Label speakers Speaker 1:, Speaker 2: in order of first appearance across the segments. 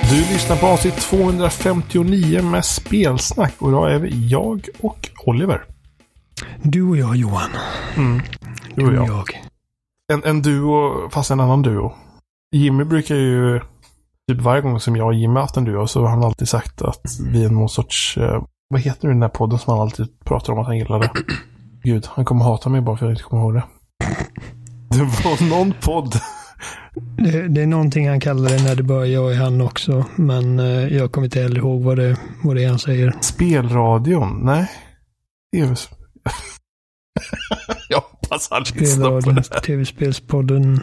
Speaker 1: Du lyssnar på avsnitt 259 med spelsnack och idag är vi jag och Oliver.
Speaker 2: Du och jag, Johan.
Speaker 1: Du och jag. En duo, fast en annan duo. Jimmy brukar ju, typ varje gång som jag och Jimmy haft en duo så har han alltid sagt att vi är någon sorts, vad heter det den här podden som han alltid pratar om att han gillade? Gud, han kommer hata mig bara för att jag inte kommer ihåg det. Det var någon podd.
Speaker 2: Det är någonting han kallar det när det börjar jag och han också. Men jag kommer inte heller ihåg vad det är han säger.
Speaker 1: Spelradion? Nej. Det är jag hoppas han lyssnar på det här.
Speaker 2: TV-spelspodden.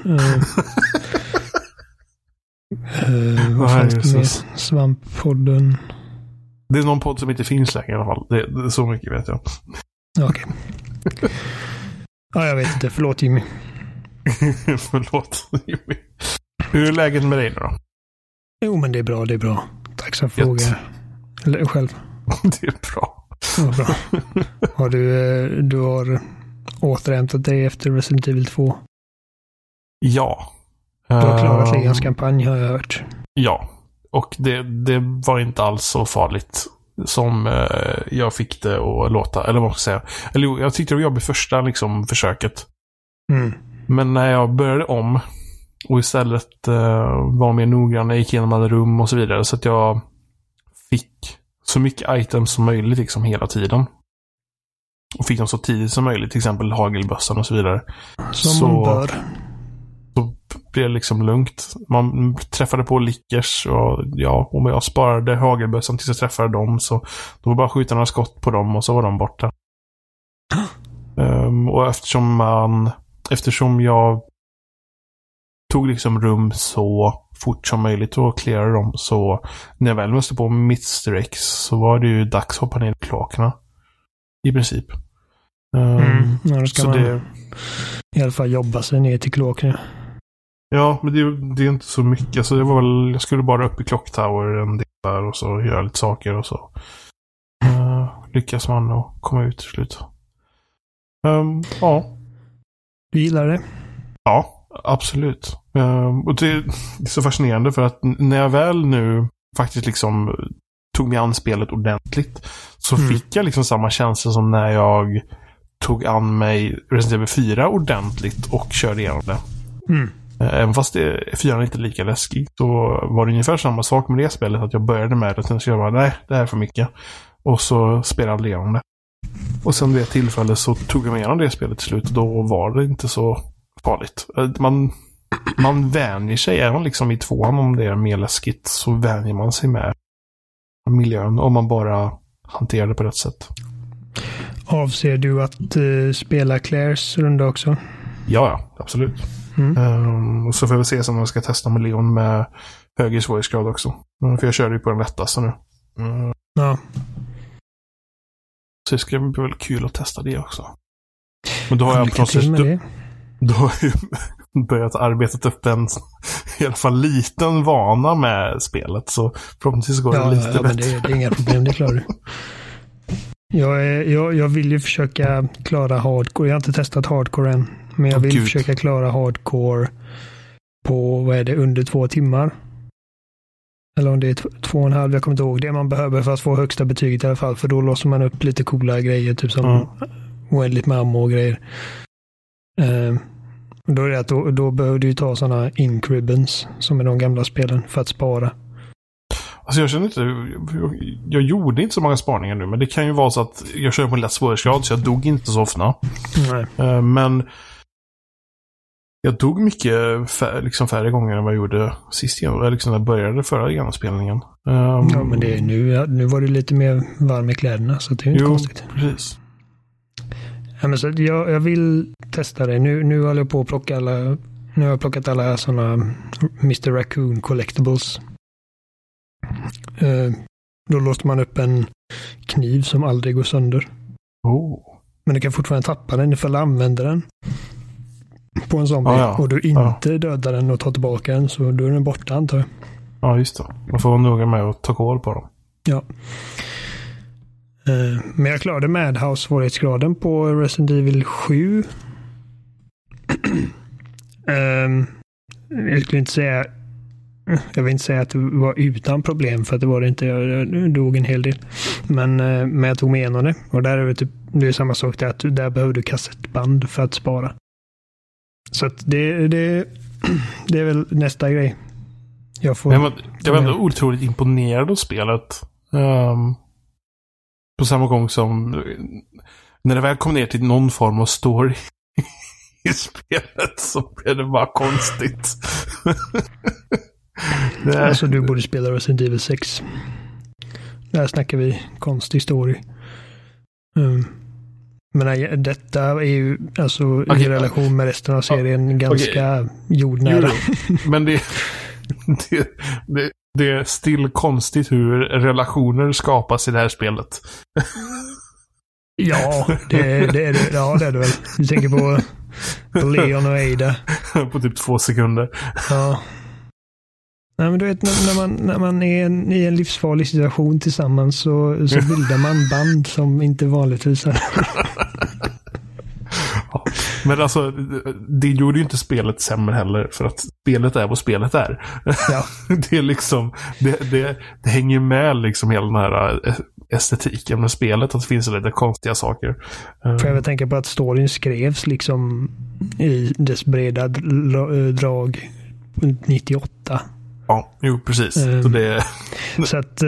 Speaker 2: Vad fanns det med? Svamppodden.
Speaker 1: Det är någon podd som inte finns längre i alla fall. Det är så mycket vet jag.
Speaker 2: Okej. Ja, jag vet inte. Förlåt Jimmy.
Speaker 1: Förlåt Jimmy. Hur är läget med dig då?
Speaker 2: Jo, men det är bra. Tack som frågar. Eller själv.
Speaker 1: Det är bra.
Speaker 2: Ja, bra. Har du har återhämtat dig efter Resident Evil 2?
Speaker 1: Ja.
Speaker 2: Du har klarat ligans kampanj har jag hört.
Speaker 1: Ja. Och det var inte alls så farligt som jag fick det att låta. Eller vad ska jag säga. Eller jag tyckte det var jobbigt första liksom, försöket. Men när jag började om och istället var mer noggrann, jag gick igenom alla rum och så vidare så att jag fick så mycket items som möjligt liksom hela tiden. Och fick dem så tidigt som möjligt, till exempel hagelbössan och så vidare.
Speaker 2: Som man bör.
Speaker 1: Så blev det liksom lugnt. Man träffade på lickers och ja, om jag sparade hagelbössan tills jag träffade dem så då var bara skjuta några skott på dem och så var de borta. Och eftersom jag tog liksom rum så fort som möjligt och klarade dem så när jag väl måste på Mr. X så var det ju dags att hoppa ner i kloakerna. I princip.
Speaker 2: Ja, då ska så man i alla fall jobba sig ner till kloakerna.
Speaker 1: Ja, men det är inte så mycket. Så det var väl, jag skulle bara upp i Clock Tower en del där och så göra lite saker och så lyckas man att komma ut till slut. Ja.
Speaker 2: Du gillar det?
Speaker 1: Ja, absolut. Och det är så fascinerande för att när jag väl nu faktiskt liksom tog mig an spelet ordentligt så fick jag liksom samma känsla som när jag tog an mig Resident Evil 4 ordentligt och körde igenom det. Även fast 4 är inte lika läskig så var det ungefär samma sak med det spelet att jag började med det och så jag bara, nej, det här är för mycket. Och så spelade jag igenom det. Och sen vid ett tillfälle så tog jag mig igenom det spelet till slut och då var det inte så farligt. Man vänjer sig, även liksom i 2:an om det är mer läskigt så vänjer man sig med miljön om man bara hanterar det på rätt sätt. Avser
Speaker 2: du att spela Claires runda också?
Speaker 1: Ja, absolut. Och så får vi se om jag ska testa med Leon med högre svårighetsgrad också. För jag körde ju på den lättaste nu.
Speaker 2: Ja.
Speaker 1: Så det ska bli väl kul att testa det också. Men då har jag då har jag börjat arbeta upp en i alla fall liten vana med spelet. Så förhoppningsvis går det lite bättre.
Speaker 2: Men det är inga problem, det klarar du. Jag vill ju försöka klara hardcore. Jag har inte testat hardcore än. Men jag vill försöka klara hardcore på, vad är det, under 2 timmar. Eller om det är 2,5, jag kommer inte ihåg det man behöver för att få högsta betyget i alla fall. För då låser man upp lite coola grejer, typ som oändligt med ammo och grejer. Då är det att då behöver du ta sådana incribbons som är de gamla spelen för att spara.
Speaker 1: Alltså jag känner inte, jag gjorde inte så många spaningar nu, men det kan ju vara så att jag kör på en lätt svårighetsgrad så jag dog inte så ofta.
Speaker 2: Nej.
Speaker 1: Men jag dog mycket färre gånger än vad jag gjorde sist igen, liksom när jag började förra genomspelningen.
Speaker 2: Ja, men det är nu var det lite mer varm i kläderna så det är ju inte konstigt.
Speaker 1: Precis.
Speaker 2: Ja, men så jag vill testa det. Nu håller jag på att plocka alla. Nu har jag plockat alla sådana Mr. Raccoon collectibles. Då låste man upp en kniv som aldrig går sönder. Men du kan fortfarande tappa den ifall du använder den på en zombie och du inte dödar den och tar tillbaka den så då är den borta antar jag.
Speaker 1: Ja, just det. Man får vara noga med att ta koll på dem.
Speaker 2: Ja. Men jag klarade Madhouse-svårighetsgraden på Resident Evil 7. Jag skulle inte säga Jag vill inte säga att det var utan problem, för att det var det inte. Jag dog en hel del. Men jag tog mig igenom det. Och där är det typ, det är samma sak där, att där behöver du kassettband för att spara. Så att det är väl nästa grej. Jag
Speaker 1: var ändå otroligt imponerad av spelet. På samma gång som när det väl kom ner till någon form av story i spelet så blev det bara konstigt.
Speaker 2: Alltså du borde spela Resident Evil 6. Där snackar vi konstig story. Men detta är ju alltså i relation med resten av serien ganska jordnära.
Speaker 1: Men det är still konstigt hur relationer skapas i det här spelet.
Speaker 2: Ja, det är det. Ja, det är det väl. Du tänker på Leon och Ada.
Speaker 1: På typ 2 sekunder.
Speaker 2: Ja. Nej, men du vet, när man är i en livsfarlig situation tillsammans så bildar man band som inte vanligtvis är.
Speaker 1: Ja, men alltså, det gjorde ju inte spelet sämre heller, för att spelet är vad spelet är.
Speaker 2: Ja.
Speaker 1: Det är liksom, det hänger med liksom hela den här estetiken med spelet, att det finns lite konstiga saker.
Speaker 2: För jag vill tänka på att storyn skrevs liksom i dess breda drag 98.
Speaker 1: Ja, jo, precis.
Speaker 2: Så att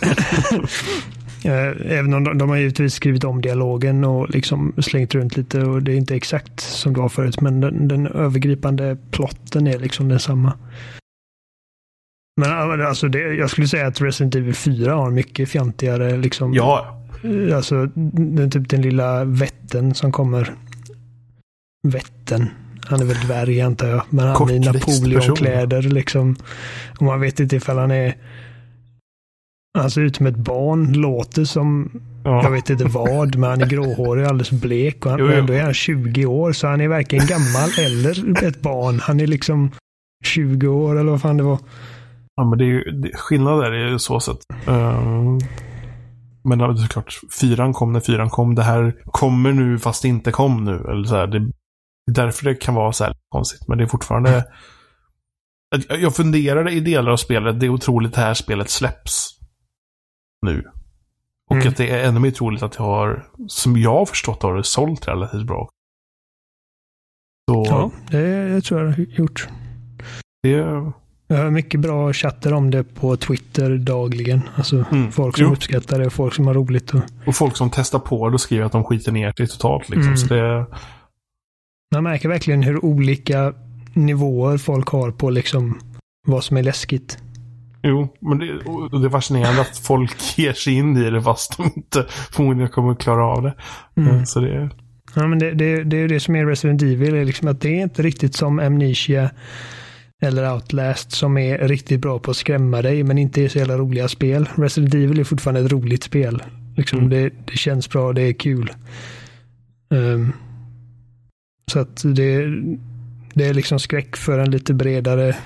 Speaker 2: även om de har givetvis skrivit om dialogen och liksom slängt runt lite, och det är inte exakt som det var förut, men den övergripande plotten är liksom densamma. Men alltså jag skulle säga att Resident Evil 4 har mycket fjantigare liksom.
Speaker 1: Ja.
Speaker 2: Alltså den lilla vätten som kommer. Vätten. Han är väl dvärg, antar jag. Men han är i Napoleonkläder liksom. Och man vet inte ifall han är, han ser ut som ett barn, låter som jag vet inte vad, men han är gråhårig och alldeles blek, och ändå är han 20 år, så han är varken gammal eller ett barn. Han är liksom 20 år eller vad fan det var.
Speaker 1: Ja, men det är ju skillnad där är ju så sätt. Men det är såklart, 4 kom när 4 kom. Det här kommer nu fast det inte kom nu, eller så här, det är därför det kan vara så här konstigt, men det är fortfarande. Jag funderade i delar av spelet, det är otroligt det här spelet släpps nu. Och att det är ännu mer troligt att jag har, som jag har förstått, har det sålt relativt bra. Så,
Speaker 2: ja, det tror jag har gjort. Jag har mycket bra chatter om det på Twitter dagligen. Alltså folk som uppskattar det och folk som har roligt.
Speaker 1: Och folk som testar på det och skriver att de skiter ner det totalt. Liksom. Så det.
Speaker 2: Man märker verkligen hur olika nivåer folk har på liksom vad som är läskigt.
Speaker 1: Jo, men det är fascinerande att folk ger sig in i det fast de inte förmodligen kommer att klara av det. Så det.
Speaker 2: Ja, men det är ju det som är Resident Evil, är liksom att det är inte riktigt som Amnesia eller Outlast som är riktigt bra på att skrämma dig, men inte är så jävla roliga spel. Resident Evil är fortfarande ett roligt spel. Liksom det känns bra, det är kul. Så att det är liksom skräck för en lite bredare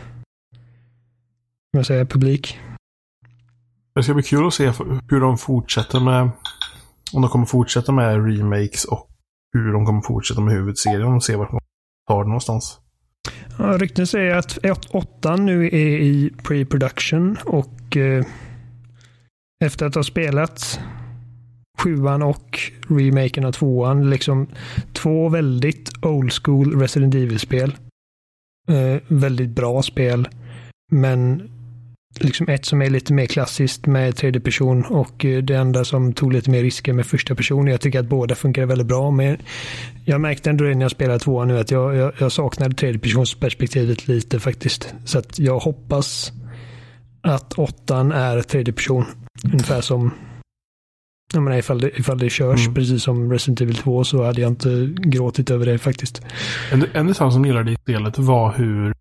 Speaker 2: publik.
Speaker 1: Det ska bli kul att se hur de fortsätter med, om de kommer fortsätta med remakes och hur de kommer fortsätta med huvudserien och se vart de tar det någonstans.
Speaker 2: Ja, rykten säger att 8 nu är i pre-production, och efter att ha spelat 7:an och remaken av 2:an, liksom 2 väldigt old school Resident Evil-spel. Väldigt bra spel, men liksom ett som är lite mer klassiskt med tredje person, och det enda som tog lite mer risker med första person. Jag tycker att båda funkar väldigt bra, men jag märkte ändå när jag spelade 2:an nu att jag saknade tredje persons perspektivet lite faktiskt. Så att jag hoppas att 8:an är tredje person. Ungefär som, jag menar, ifall det körs precis som Resident Evil 2, så hade jag inte gråtit över det faktiskt.
Speaker 1: En sak som gillade i spelet var hur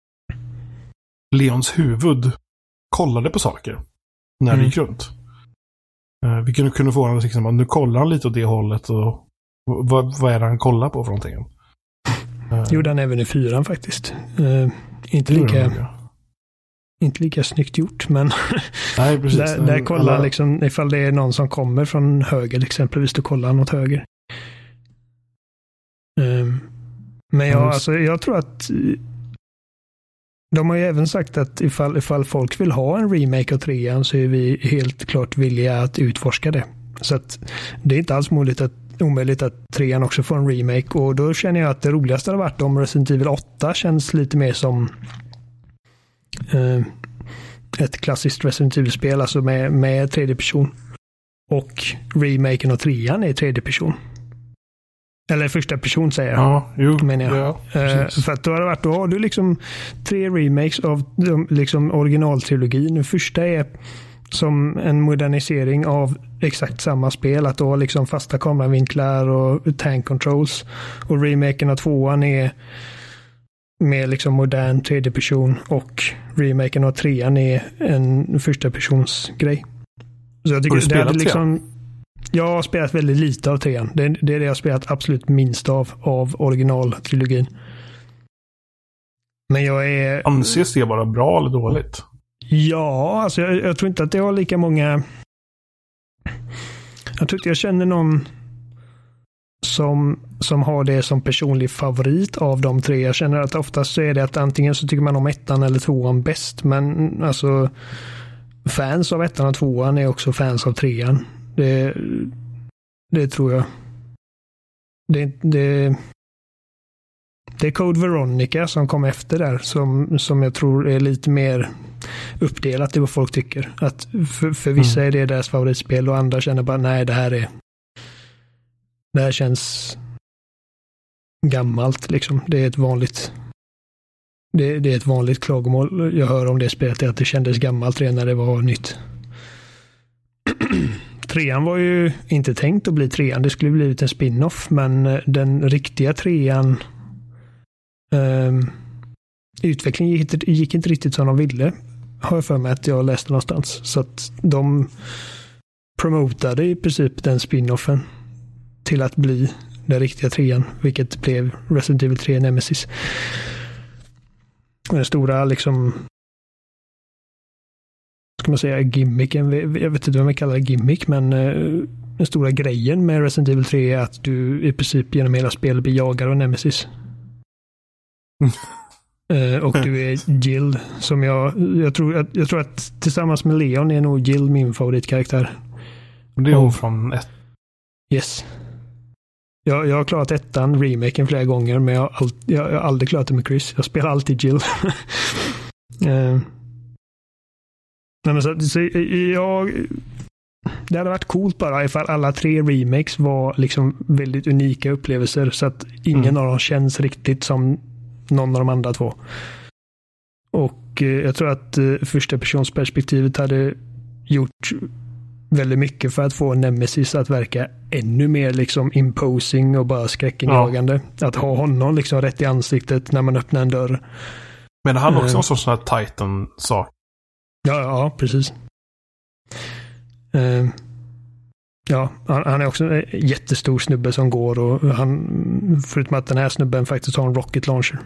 Speaker 1: Leons huvud kollade på saker när det gick runt. Vi kunde få honom liksom, nu kollar han lite åt det hållet, och vad är det han kollar på för någonting?
Speaker 2: Gjorde han även i 4:an faktiskt. Inte lika snyggt gjort, men
Speaker 1: nej, precis.
Speaker 2: där kollar han liksom, ifall det är någon som kommer från höger exempelvis, då kollar han åt höger. Men jag tror att De har ju även sagt att ifall folk vill ha en remake av 3 så är vi helt klart villiga att utforska det. Så att det är inte alls omöjligt att 3 också får en remake, och då känner jag att det roligaste hade varit om Resident Evil 8 känns lite mer som ett klassiskt Resident Evil-spel, alltså med tredje person, och remaken av 3 är tredje person. Eller första person säger jag.
Speaker 1: Ja, jo.
Speaker 2: Menar jag.
Speaker 1: Ja,
Speaker 2: för att då har du liksom 3 remakes av liksom originaltrilogin. Den första är som en modernisering av exakt samma spel. Att du har liksom fasta kameravinklar och tank controls. Och remaken av 2 är med liksom modern tredje person. Och remaken av 3 är en första persons grej. Så jag tycker
Speaker 1: har du spelat
Speaker 2: det liksom... Jag har spelat väldigt lite av 3. Det är det jag har spelat absolut minst av originaltrilogin. Men jag är...
Speaker 1: Anses det vara bra eller dåligt?
Speaker 2: Ja, alltså jag tror inte att det har lika många... Jag tror inte jag känner någon som har det som personlig favorit av de 3. Jag känner att oftast så är det att antingen så tycker man om 1 eller 2 bäst. Men alltså fans av 1 och 2 är också fans av 3. Det tror jag. Det är Code Veronica som kom efter där som jag tror är lite mer uppdelat i vad folk tycker. Att för vissa är det deras favoritspel och andra känner bara nej, det här känns gammalt liksom. Det är ett vanligt klagomål jag hör om det spelet, är att det kändes gammalt redan när det var nytt. 3 var ju inte tänkt att bli 3. Det skulle blivit en spin-off, men den riktiga 3 utvecklingen gick inte riktigt som de ville, har jag för mig att jag läste någonstans. Så att de promotade i princip den spin-offen till att bli den riktiga 3, vilket blev Resident Evil 3 Nemesis. Den stora liksom, ska man säga, gimmicken, jag vet inte vad man kallar det gimmick, men den stora grejen med Resident Evil 3 är att du i princip genom hela spelet blir jagad av Nemesis. Och du är Jill, som jag tror att tillsammans med Leon är nog Jill min favoritkaraktär.
Speaker 1: Det är hon från 1.
Speaker 2: Yes. Jag har klarat 1, remaken, flera gånger, men jag har aldrig klarat det med Chris. Jag spelar alltid Jill. Det hade varit coolt bara ifall alla 3 remakes var liksom väldigt unika upplevelser, så att ingen av dem känns riktigt som någon av de andra 2. Och jag tror att första personsperspektivet hade gjort väldigt mycket för att få Nemesis att verka ännu mer liksom imposing och bara skräckinjagande. Ja. Att ha honom liksom rätt i ansiktet när man öppnar en dörr.
Speaker 1: Men han också en sån här Titan-sak.
Speaker 2: Ja, precis. Ja, han är också en jättestor snubbe som går, och han, förutom att den här snubben faktiskt har en rocket launcher.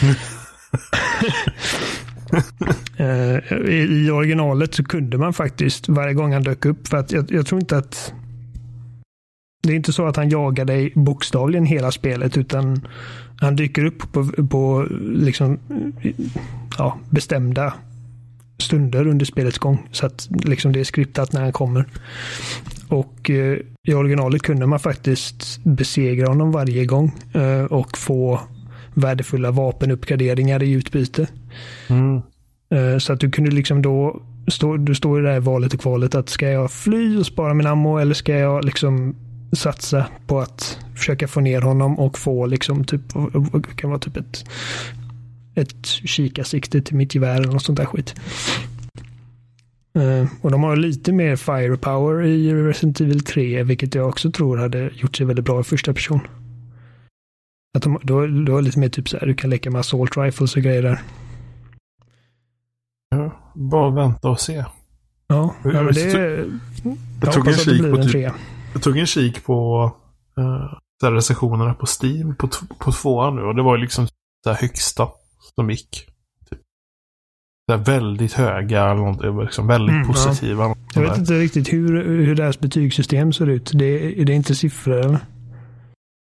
Speaker 2: I originalet så kunde man faktiskt varje gång han dök upp, för att jag tror inte att det är inte så att han jagar dig bokstavligen hela spelet, utan han dyker upp på liksom, ja, bestämda stunder under spelets gång, så att liksom det är skriptat när han kommer. Och i originalet kunde man faktiskt besegra honom varje gång och få värdefulla vapenuppgraderingar i utbyte. Så att du kunde liksom då du står i det här valet och kvalet, att ska jag fly och spara min ammo, eller ska jag liksom satsa på att försöka få ner honom och få liksom typ, kan vara typ ett kikarsikte till mitt gevär eller något sånt där skit. Och de har lite mer firepower i Resident Evil 3, vilket jag också tror hade gjort sig väldigt bra i första person. Att du har lite mer typ så här, du kan leka med assault rifles och grejer där.
Speaker 1: Ja, bara vänta och se.
Speaker 2: Ja, men det
Speaker 1: jag tog en kik på recensionerna på Steam på 2 nu, och det var liksom det högsta som gick. Typ. Det är väldigt höga, eller liksom väldigt positiva.
Speaker 2: Ja. Jag vet inte riktigt hur deras betygssystem ser ut. Det är inte siffror, eller?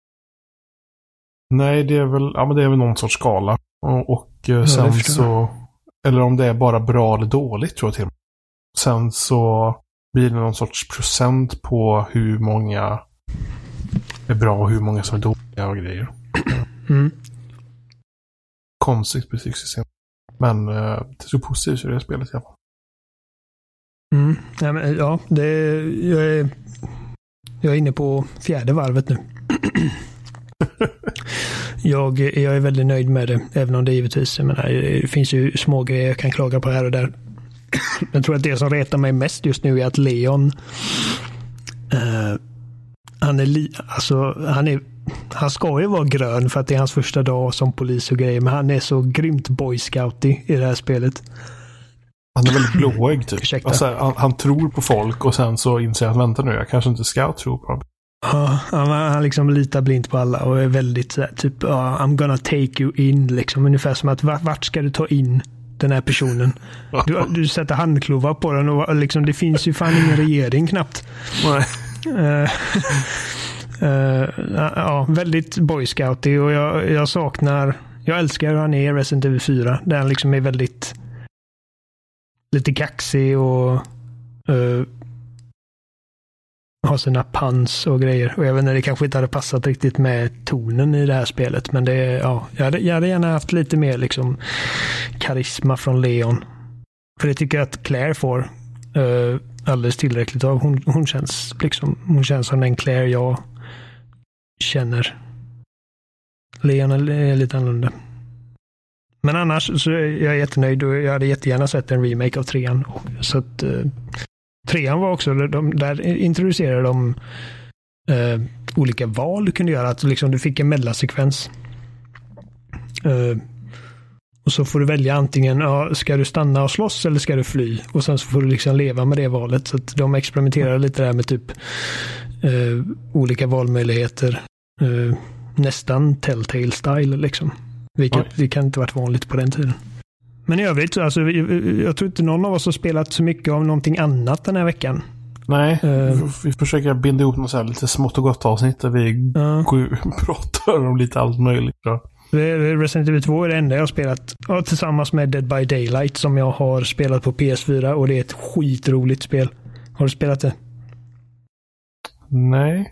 Speaker 1: Nej, det är väl någon sorts skala. Och sen så Eller om det är bara bra eller dåligt, tror jag till. Sen så blir det någon sorts procent på hur många är bra och hur många som är dåliga och grejer. Konstigt betygssystem. Men det är positivt i det spelet i alla fall.
Speaker 2: Ja, men, ja, jag är inne på 4:e varvet nu. Jag är väldigt nöjd med det, även om det givetvis, jag menar, det finns ju små grejer jag kan klaga på här och där. Jag tror att det som retar mig mest just nu är att Leon han ska ju vara grön för att det är hans första dag som polis och grejer, men han är så grymt boy scoutig i det här spelet.
Speaker 1: Han är väldigt blåögd typ. Alltså, han tror på folk och sen så inser jag att vänta nu, jag kanske inte ska tro på dem.
Speaker 2: Ja, han liksom litar blint på alla och är väldigt så här, typ I'm gonna take you in, liksom ungefär som att vart ska du ta in den här personen? Du sätter handklovar på den och liksom, det finns ju fan ingen regering knappt.
Speaker 1: Nej.
Speaker 2: Ja, väldigt boy scoutig och jag älskar hur han är i Resident Evil 4, där han liksom är väldigt lite kaxig och har sina pans och grejer. Och jag vet inte, det kanske inte hade passat riktigt med tonen i det här spelet, men jag hade gärna haft lite mer liksom karisma från Leon. För det tycker jag att Claire får alldeles tillräckligt av. Hon känns som den Claire jag känner. Leon är lite annorlunda. Men annars så är jag jättenöjd och jag hade jättegärna sett en remake av 3:an. Så att 3:an var också, där introducerade de olika val du kunde göra. Att liksom du fick en mellansekvens. Och så får du välja antingen, ska du stanna och slåss eller ska du fly? Och sen så får du liksom leva med det valet. Så att de experimenterar lite där med typ olika valmöjligheter. Nästan Telltale-style liksom. Det kan inte varit vanligt på den tiden. Men i övrigt, alltså, jag tror inte någon av oss har spelat så mycket av någonting annat den här veckan.
Speaker 1: Nej, vi försöker binda ihop något så här lite smått och gott avsnitt där vi pratar om lite allt möjligt. Då.
Speaker 2: Resident Evil 2 är det enda jag har spelat tillsammans med Dead by Daylight som jag har spelat på PS4 och det är ett skitroligt spel. Har du spelat det?
Speaker 1: Nej.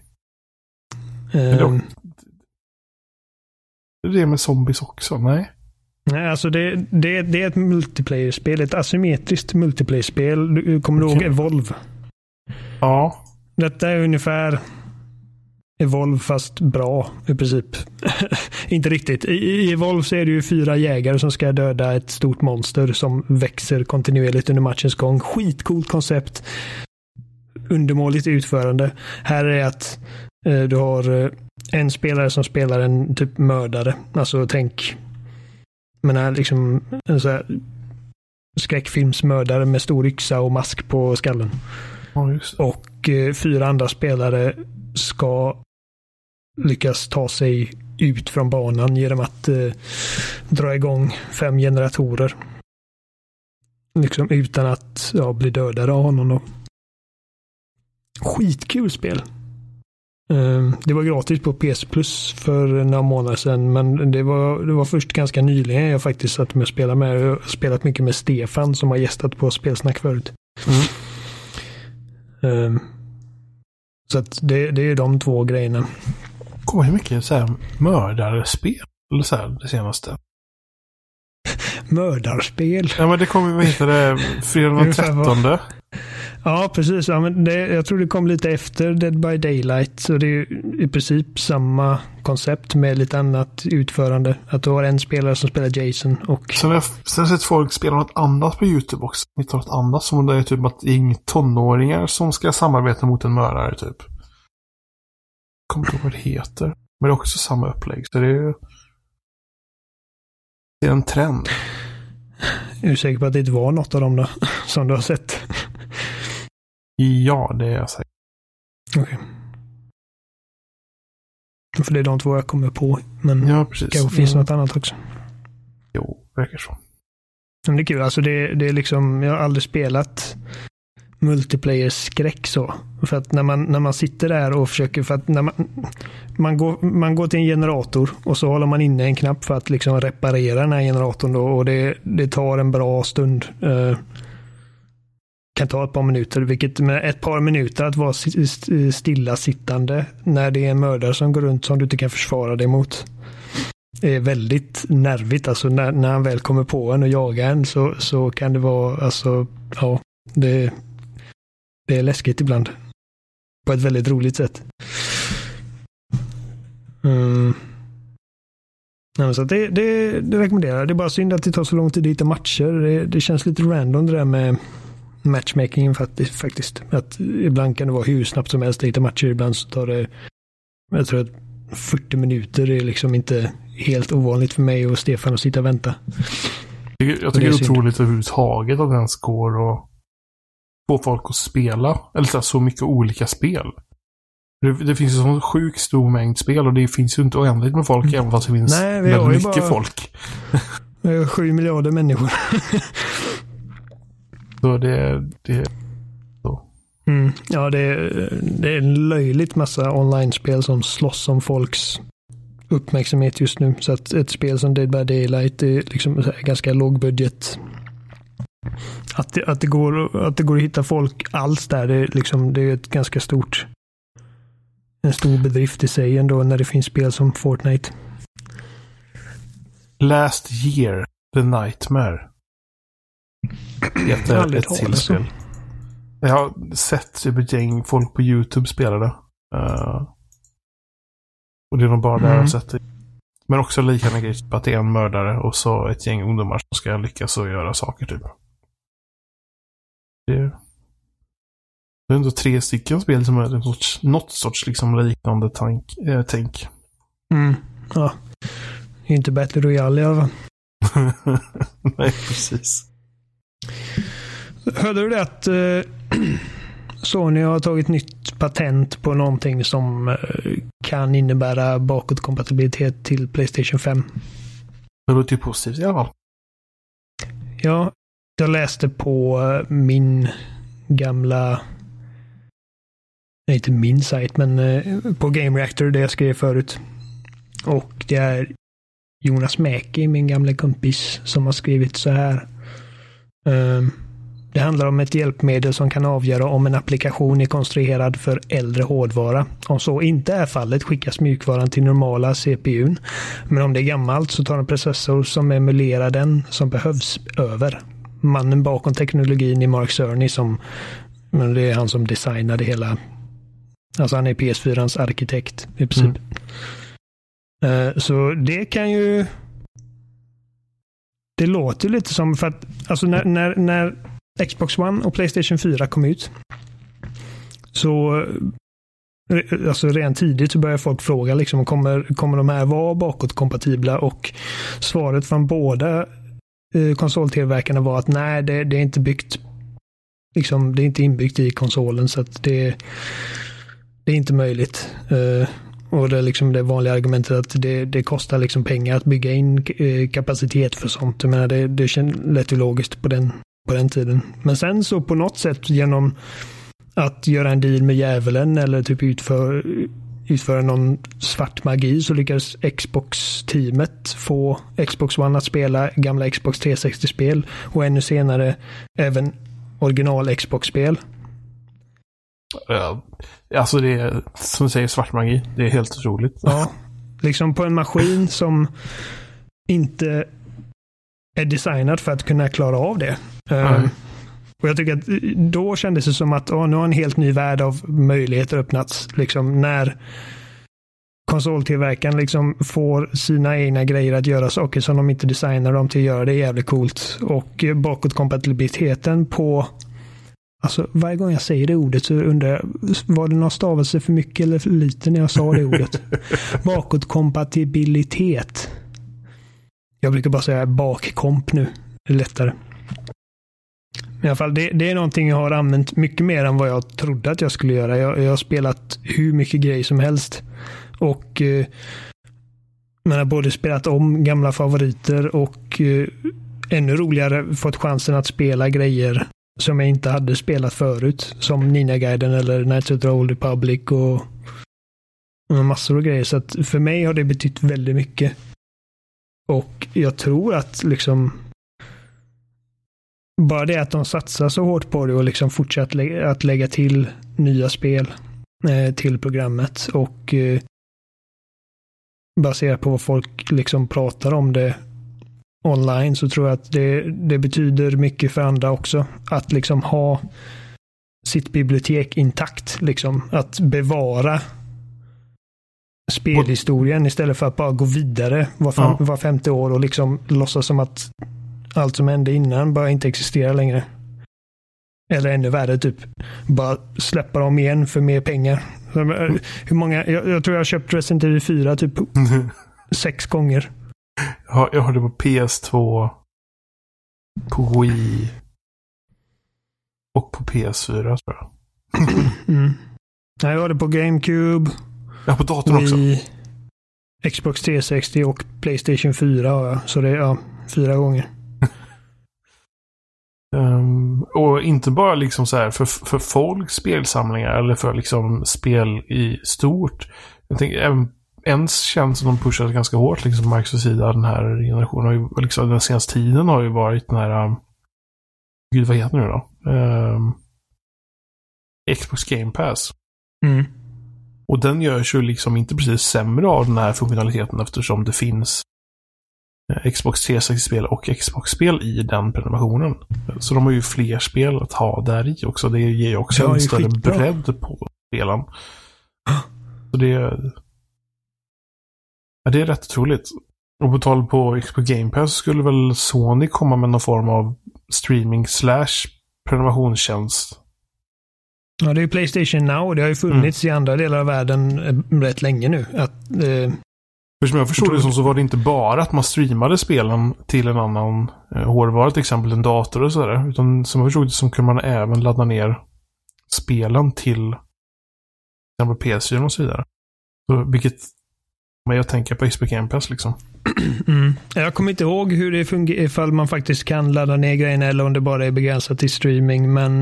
Speaker 1: Det är med zombies också, nej?
Speaker 2: Nej, alltså det är ett multiplayer-spel, ett asymmetriskt multiplayer-spel. Du kommer ihåg Evolve?
Speaker 1: Ja.
Speaker 2: Detta är ungefär Evolve fast bra i princip. Inte riktigt. I Evolve så är det ju 4 jägare som ska döda ett stort monster som växer kontinuerligt under matchens gång. Skitcoolt koncept. Undermåligt utförande. Här är att du har en spelare som spelar en typ mördare. Alltså tänk, men är liksom en så här skräckfilmsmördare med stor yxa och mask på skallen. Och 4 andra spelare ska lyckas ta sig ut från banan genom att dra igång 5 generatorer. Liksom utan att bli dödade av honom då. Skitkul spel. Det var gratis på PS Plus för några månader sedan, men det var först ganska nyligen jag faktiskt satt med och spelade med. Jag har spelat mycket med Stefan som har gästat på Spelsnack förut. Så att det är de 2 grejerna.
Speaker 1: Kommer hur mycket så här mördarspel eller så här det senaste?
Speaker 2: Mördarspel?
Speaker 1: Ja, men det kommer vad heter det, fredag den 13.
Speaker 2: Ja, precis. Ja, men jag tror det kom lite efter Dead by Daylight. Så det är i princip samma koncept med lite annat utförande. Att du har en spelare som spelar Jason. Och
Speaker 1: sen har jag sett folk spela något annat på YouTube också. Något annat som det är typ att det är tonåringar som ska samarbeta mot en mördare typ. Kommer inte ihåg vad det heter. Men det är också samma upplägg. Så det är en trend.
Speaker 2: Är du säker på att det inte var något av dem då? Som du har sett?
Speaker 1: Ja, det är jag säker.
Speaker 2: Okej. För det är de 2 jag kommer på. Men
Speaker 1: ja, precis.
Speaker 2: Kanske finns något annat också.
Speaker 1: Jo, verkar så.
Speaker 2: Men det är kul. Alltså det är liksom, jag har aldrig spelat multiplayer-skräck så. För att när man sitter där och försöker, för att när man går till en generator och så håller man inne en knapp för att liksom reparera den här generatorn då, och det tar en bra stund. Kan ta ett par minuter, vilket med ett par minuter att vara stillasittande när det är en mördare som går runt som du inte kan försvara dig mot är väldigt nervigt. Alltså när han väl kommer på en och jagar en så kan det vara, alltså ja, det är läskigt ibland. På ett väldigt roligt sätt. Nej, så det rekommenderar jag. Det är bara synd att det tar så lång tid att hitta matcher. Det känns lite random det där med matchmaking faktiskt. Att ibland kan det vara hur snabbt som helst att hitta matcher. Ibland så tar det, jag tror att 40 minuter är liksom inte helt ovanligt för mig och Stefan att sitta och vänta.
Speaker 1: Jag tycker det är otroligt överhuvudtaget att den går och få folk att spela. Eller så mycket olika spel. Det finns ju sån sjukt stor mängd spel och det finns ju inte oändligt med folk även fast det finns väldigt mycket folk.
Speaker 2: 7 miljarder människor.
Speaker 1: Så det så.
Speaker 2: Ja, det är en löjligt massa online-spel som slåss om folks uppmärksamhet just nu. Så att ett spel som Dead by Daylight är liksom ganska låg budget. Att det går att hitta folk alls där, det är ett ganska en stor bedrift i sig ändå när det finns spel som Fortnite.
Speaker 1: Last Year, The Nightmare. Ett tillspel. Jag har sett typ ett gäng folk på YouTube spela det. Och det är nog bara där jag har sett det. Men också liknande grejer på att det är en mördare och så ett gäng ungdomar som ska lyckas och göra saker typ. Det är ändå 3 stycken spel som är något sorts liksom liknande tänk.
Speaker 2: Ja. Det är inte Battle Royale i alla fall.
Speaker 1: Nej, precis.
Speaker 2: Hörde du det att Sony har tagit nytt patent på någonting som kan innebära bakåtkompatibilitet till PlayStation 5?
Speaker 1: Det låter ju positivt i alla fall.
Speaker 2: Ja, jag läste på min gamla, nej inte min sajt, men på Game Reactor det jag skrev förut. Och det är Jonas Mäki, min gamla kompis, som har skrivit så här. Det handlar om ett hjälpmedel som kan avgöra om en applikation är konstruerad för äldre hårdvara. Om så inte är fallet skickas mjukvaran till normala CPUn. Men om det är gammalt så tar en processor som emulerar den som behövs över. Mannen bakom teknologin är Mark Cerny, men det är han som designade hela. Alltså han är PS4:ans arkitekt i princip. Så det kan ju, det låter lite som, för att alltså när Xbox One och PlayStation 4 kom ut så alltså redan tidigt så började folk fråga liksom, kommer de här vara bakåtkompatibla, och svaret från båda konsoltillverkarna var att nej, det är inte byggt liksom, det är inte inbyggt i konsolen, så att det är inte möjligt. Och det är liksom det vanliga argumentet att det kostar liksom pengar att bygga in kapacitet för sånt. Jag menar, det lät ju logiskt på den tiden. Men sen så på något sätt genom att göra en deal med djävulen eller typ utföra någon svart magi så lyckades Xbox-teamet få Xbox One att spela gamla Xbox 360-spel och ännu senare även original Xbox-spel.
Speaker 1: Alltså det är, som du säger, svart magi. Det är helt otroligt.
Speaker 2: Ja, liksom på en maskin som inte är designad för att kunna klara av det. Och jag tycker att då kändes det som att nu har en helt ny värld av möjligheter öppnats. Liksom när konsoltillverkaren liksom får sina egna grejer att göra saker som de inte designar dem till att göra, det är jävligt coolt. Och bakåtkompatibiliteten på, alltså varje gång jag säger det ordet så undrar jag, var det någon stavelse för mycket eller för lite när jag sa det ordet? Bakåtkompatibilitet. Jag brukar bara säga bakkomp nu. Det är lättare. I alla fall, det är någonting jag har använt mycket mer än vad jag trodde att jag skulle göra. Jag har spelat hur mycket grejer som helst. Och man har både spelat om gamla favoriter och ännu roligare fått chansen att spela grejer som jag inte hade spelat förut. Som Ninja-guiden eller Knights of the Old Republic och massor av grejer. Så att för mig har det betytt väldigt mycket. Och jag tror att liksom bara det att de satsar så hårt på det och liksom fortsatt att lägga till nya spel till programmet och baserat på vad folk liksom pratar om det online, så tror jag att det betyder mycket för andra också. Att liksom ha sitt bibliotek intakt. Liksom. Att bevara spelhistorien istället för att bara gå vidare var 50 år och liksom låtsas som att allt som hände innan bara inte existerar längre. Eller ännu värre, typ bara släppa dem igen för mer pengar. Hur många, jag tror jag har köpt Resident Evil 4 typ 6 gånger.
Speaker 1: Jag har det på PS2, på Wii och på PS4 tror jag.
Speaker 2: Jag har det på GameCube.
Speaker 1: Ja, på datorn
Speaker 2: Wii,
Speaker 1: också.
Speaker 2: Xbox 360 och PlayStation 4 har jag. Så det är 4 gånger.
Speaker 1: Och inte bara liksom så här för folks spelsamlingar eller för liksom spel i stort. Jag tänker även ens känns som de pushar ganska hårt liksom Microsofts sida. Den här generationen har ju liksom, den senaste tiden har ju varit den här gud, vad heter det nu då? Xbox Game Pass. Och den görs ju liksom inte precis sämre av den här funktionaliteten eftersom det finns Xbox 360-spel och Xbox-spel i den prenumerationen. Så de har ju fler spel att ha där i också. Det ger ju också en större bredd på spelen. Så det är rätt otroligt. Och på tal på Xbox Game Pass skulle väl Sony komma med någon form av streaming/prenumerationstjänst.
Speaker 2: Ja, det är ju PlayStation Now och det har ju funnits i andra delar av världen rätt länge nu.
Speaker 1: För som jag förstod det så var det inte bara att man streamade spelen till en annan hårdvara, till exempel en dator och sådär. Utan som jag förstod det så kunde man även ladda ner spelen till exempel PS4 och så vidare. Så vilket jag tänker på Xbox Game Pass liksom.
Speaker 2: Jag kommer inte ihåg hur det fungerar ifall man faktiskt kan ladda ner grejerna eller om det bara är begränsat till streaming, men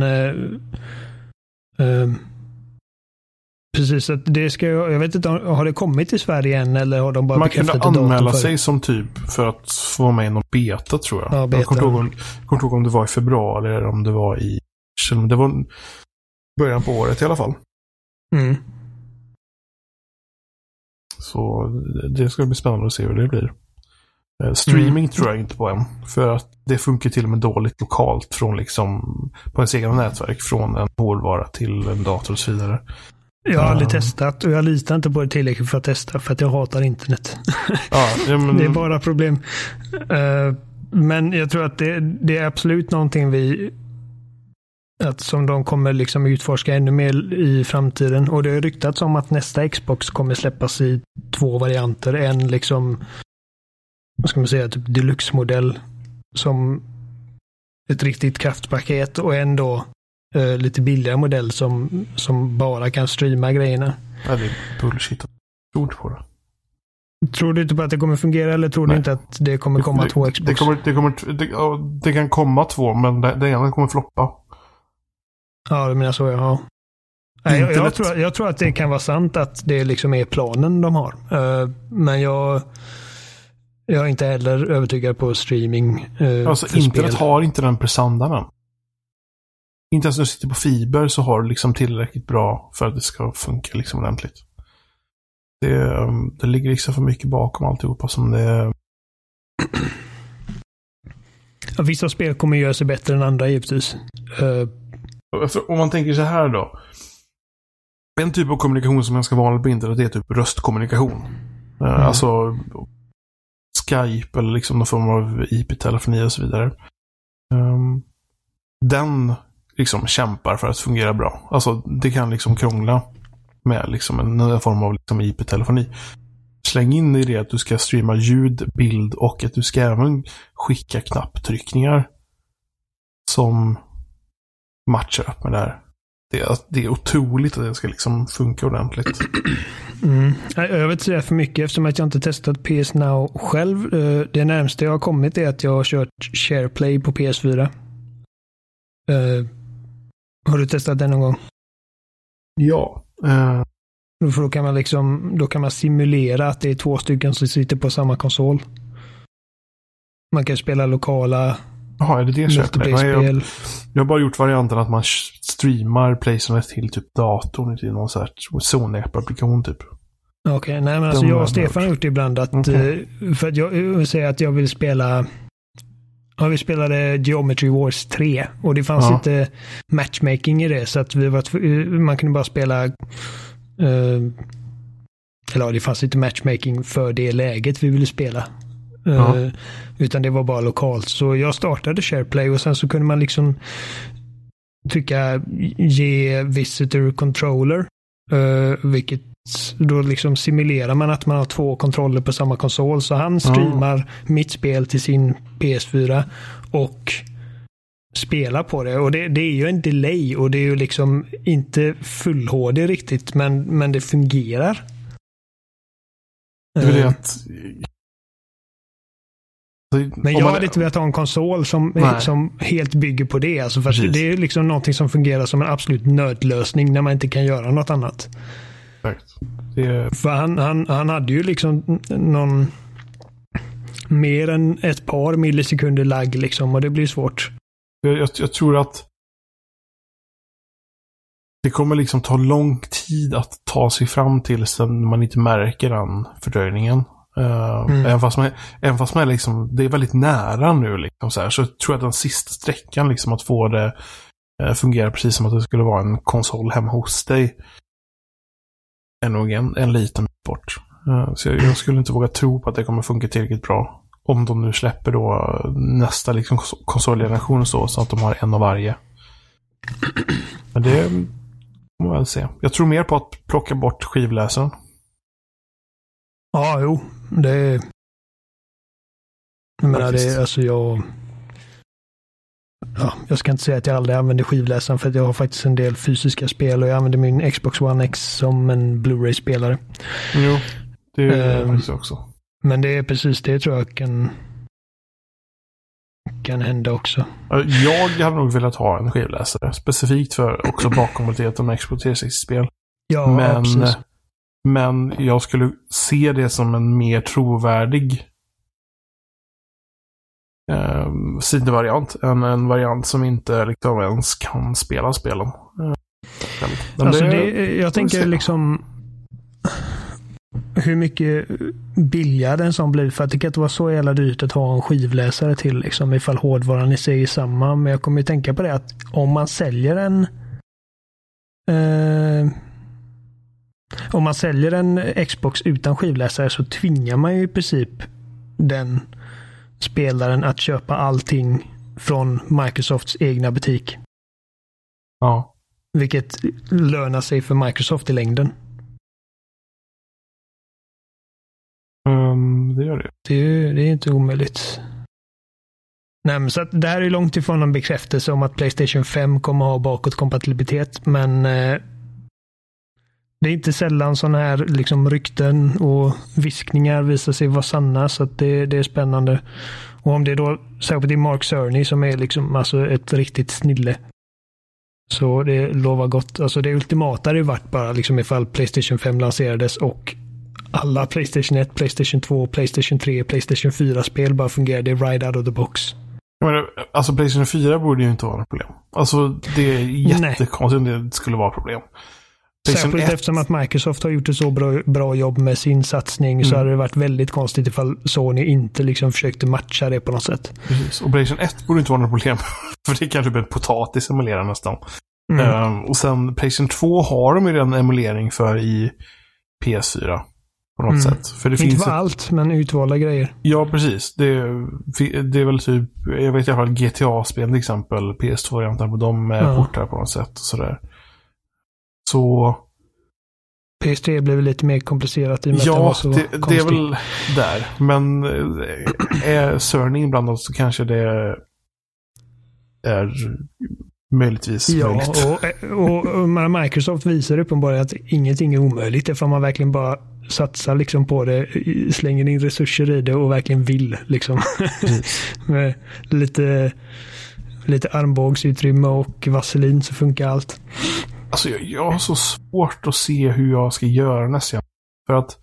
Speaker 2: precis, att det ska jag vet inte, har det kommit till Sverige än eller har de bara
Speaker 1: man kunde anmäla sig som typ för att få med i någon beta tror jag.
Speaker 2: Ja, beta.
Speaker 1: Jag kommer ihåg om det var i februari eller om det var i det var början på året i alla fall. Så det ska bli spännande att se hur det blir. Streaming tror jag inte på än. För att det funkar till och med dåligt lokalt från liksom på ens egna nätverk från en hårdvara till en dator och så vidare.
Speaker 2: Jag har aldrig testat och jag litar inte på det tillräckligt för att testa för att jag hatar internet.
Speaker 1: Men...
Speaker 2: Det är bara problem. Men jag tror att det är absolut någonting som de kommer liksom utforska ännu mer i framtiden. Och det har ryktats om att nästa Xbox kommer släppas i 2 varianter. En liksom, vad ska man säga, typ deluxe-modell som ett riktigt kraftpaket och en då lite billigare modell som bara kan streama grejerna.
Speaker 1: Ja, det är bullshit. Tror du på det?
Speaker 2: Tror du inte på att det kommer fungera eller tror du inte att det kommer komma 2 Xbox?
Speaker 1: Det kan komma 2, men det ena kommer floppa.
Speaker 2: Ja, det menar så, ja. Jag tror att det kan vara sant att det liksom är planen de har. Men jag är inte heller övertygad på streaming.
Speaker 1: Alltså internet har inte den prestandan. Inte ens när du sitter på fiber så har du liksom tillräckligt bra för att det ska funka liksom ordentligt. Det ligger liksom för mycket bakom alltihopa som det.
Speaker 2: Ja, vissa spel kommer göra sig bättre än andra givetvis.
Speaker 1: Om man tänker så här då. En typ av kommunikation som är ganska vanlig på internet är typ röstkommunikation. Alltså Skype eller liksom någon form av IP-telefoni och så vidare. Den liksom kämpar för att fungera bra. Alltså det kan liksom krångla med liksom en form av liksom IP-telefoni. Släng in i det att du ska streama ljud, bild och att du ska även skicka knapptryckningar som matchar upp med det här. Det är otroligt att det ska liksom funka ordentligt.
Speaker 2: Jag vet inte för mycket eftersom att jag inte testat PS Now själv. Det närmaste jag har kommit är att jag har kört SharePlay på PS4. Har du testat den någon gång?
Speaker 1: Ja.
Speaker 2: För då kan man simulera att det är 2 stycken som sitter på samma konsol. Man kan spela lokala
Speaker 1: multiplayer-spel. Jag har bara gjort varianten att man streamar PlayStation till typ datorn till någon sån här Zone-applikation typ.
Speaker 2: Okej, nej men alltså jag och Stefan har gjort det ibland att för att jag vill säga att jag vill spela. Ja, vi spelade Geometry Wars 3 och det fanns inte matchmaking i det så att man kunde bara spela eller det fanns inte matchmaking för det läget vi ville spela. Utan det var bara lokalt. Så jag startade SharePlay och sen så kunde man liksom trycka ge visitor controller vilket då liksom simulerar man att man har 2 kontroller på samma konsol så han streamar mitt spel till sin PS4 och spelar på det och det är ju en delay och det är ju liksom inte full HD riktigt men det fungerar.
Speaker 1: Det är det att
Speaker 2: men jag hade inte velat ha en konsol som helt bygger på det. Alltså för att det är liksom någonting som fungerar som en absolut nödlösning när man inte kan göra något annat. För han hade ju liksom någon mer än ett par millisekunder lag liksom och det blir svårt.
Speaker 1: Jag tror att det kommer liksom ta lång tid att ta sig fram till sen man inte märker den fördröjningen. Även fast man liksom, det är väldigt nära nu liksom så tror jag att den sista sträckan liksom att få det fungera precis som att det skulle vara en konsol hemma hos dig är nog en liten bort. Så jag skulle inte våga tro på att det kommer funka tillräckligt bra om de nu släpper då nästa liksom konsolgeneration så att de har en av varje. Men det må man väl se. Jag tror mer på att plocka bort skivläsaren.
Speaker 2: Ja, jo. Jag menar det, alltså jag ska inte säga att jag aldrig använder skivläsaren för att jag har faktiskt en del fysiska spel och jag använder min Xbox One X som en Blu-ray-spelare.
Speaker 1: Jo, det är faktiskt också.
Speaker 2: Men det är precis det tror jag kan hända också.
Speaker 1: Jag hade nog velat ha en skivläsare specifikt för också bakkompatibilitet med Xbox 360-spel.
Speaker 2: Ja, precis.
Speaker 1: Men jag skulle se det som en mer trovärdig sidovariant än en variant som inte liksom ens kan spela spelen.
Speaker 2: Alltså jag tänker liksom hur mycket billigare en sån blir för att det kan inte vara så jävla dyrt att ha en skivläsare till liksom ifall hårdvaran i sig är samma. Men jag kommer ju tänka på det att om man säljer en Xbox utan skivläsare så tvingar man ju i princip den spelaren att köpa allting från Microsofts egna butik.
Speaker 1: Ja.
Speaker 2: Vilket lönar sig för Microsoft i längden.
Speaker 1: Det gör det.
Speaker 2: Det är inte omöjligt. Nej, men så att det här är långt ifrån en bekräftelse om att PlayStation 5 kommer att ha bakåtkompatibilitet, men det är inte sällan sådana här liksom rykten och viskningar visar sig vara sanna, så att det är spännande. Och om det då särskilt är Mark Cerny som är liksom alltså ett riktigt snille, så det lovar gott. Alltså det ultimata hade ju varit bara liksom ifall PlayStation 5 lanserades och alla PlayStation 1, PlayStation 2, PlayStation 3, PlayStation 4-spel bara fungerade right out of the box.
Speaker 1: Men, alltså PlayStation 4 borde ju inte vara ett problem. Alltså det är jättekonstigt om det skulle vara problem.
Speaker 2: Särskilt eftersom att Microsoft har gjort ett så bra jobb med sin satsning så hade det varit väldigt konstigt ifall Sony inte liksom försökte matcha det på något sätt.
Speaker 1: Precis. Och PlayStation 1 borde inte vara något problem. För det kan typ en potatis emulera nästan. Och sen PlayStation 2 har de ju redan emulering för i PS4. På något sätt. För det
Speaker 2: inte
Speaker 1: finns
Speaker 2: för allt, men utvalda grejer.
Speaker 1: Ja, precis. Det är väl typ, jag vet i alla fall GTA-spel till exempel, PS2-varianter på dem är portar på något sätt och sådär. Så
Speaker 2: PS3 blev lite mer komplicerat i och med att det var så konstigt.
Speaker 1: Det är väl där. Men är Cerny inblandad så kanske det är möjligtvis möjligt.
Speaker 2: Och Microsoft visar uppenbarligen att ingenting är omöjligt ifall man verkligen bara satsar liksom på det, slänger in resurser i det och verkligen vill liksom. Med lite lite armbågsutrymme och vaselin så funkar allt.
Speaker 1: Alltså jag har så svårt att se hur jag ska göra nästa. För att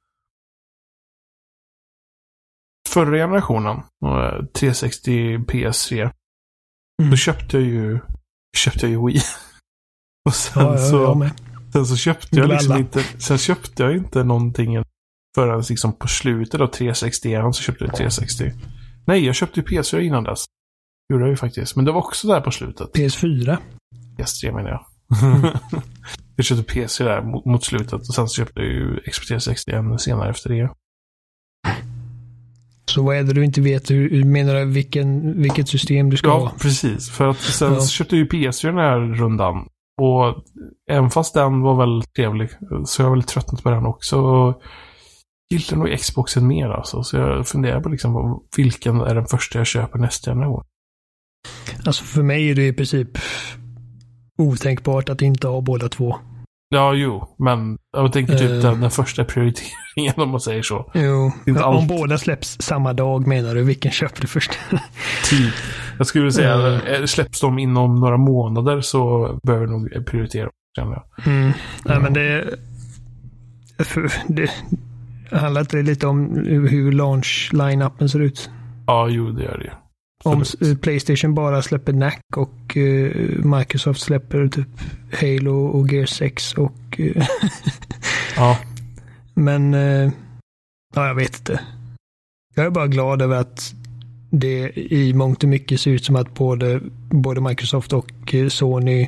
Speaker 1: förra generationen, 360 PS3, då köpte jag ju Wii. Och sen så köpte jag liksom inte, sen köpte jag inte någonting förrän liksom på slutet av 360 så köpte jag 360. Nej, jag köpte ju PS4 innan dess. Gjorde jag ju faktiskt. Men det var också där på slutet.
Speaker 2: PS4?
Speaker 1: PS3 menar jag. Jag köpte PS4 där mot slutet och sen så köpte jag ju Xbox 360 ännu senare efter det.
Speaker 2: Så vad är det du inte vet? Hur menar du vilket system du ska ha?
Speaker 1: Ja, precis. För att sen så köpte jag ju PS4 den här rundan. Och även fast den var väl trevlig så jag har väl tröttnat på den också. Och gillar nog Xboxen mer alltså. Så jag funderar på liksom vilken är den första jag köper nästa generation.
Speaker 2: Alltså för mig är det i princip otänkbart att inte ha båda två.
Speaker 1: Ja, jo. Men jag tänker typ den första prioriteringen om man säger så.
Speaker 2: Jo, om båda släpps samma dag menar du, vilken köper du först?
Speaker 1: Typ. Jag skulle säga, släpps de inom några månader så behöver jag nog prioritera.
Speaker 2: Nej, men det handlar inte lite om hur launch-line-upen ser ut?
Speaker 1: Ja, jo, det gör det.
Speaker 2: Om PlayStation bara släpper NAC och Microsoft släpper typ Halo och Gear 6 och
Speaker 1: ja.
Speaker 2: Men jag vet inte. Jag är bara glad över att det i mångt och mycket ser ut som att både Microsoft och Sony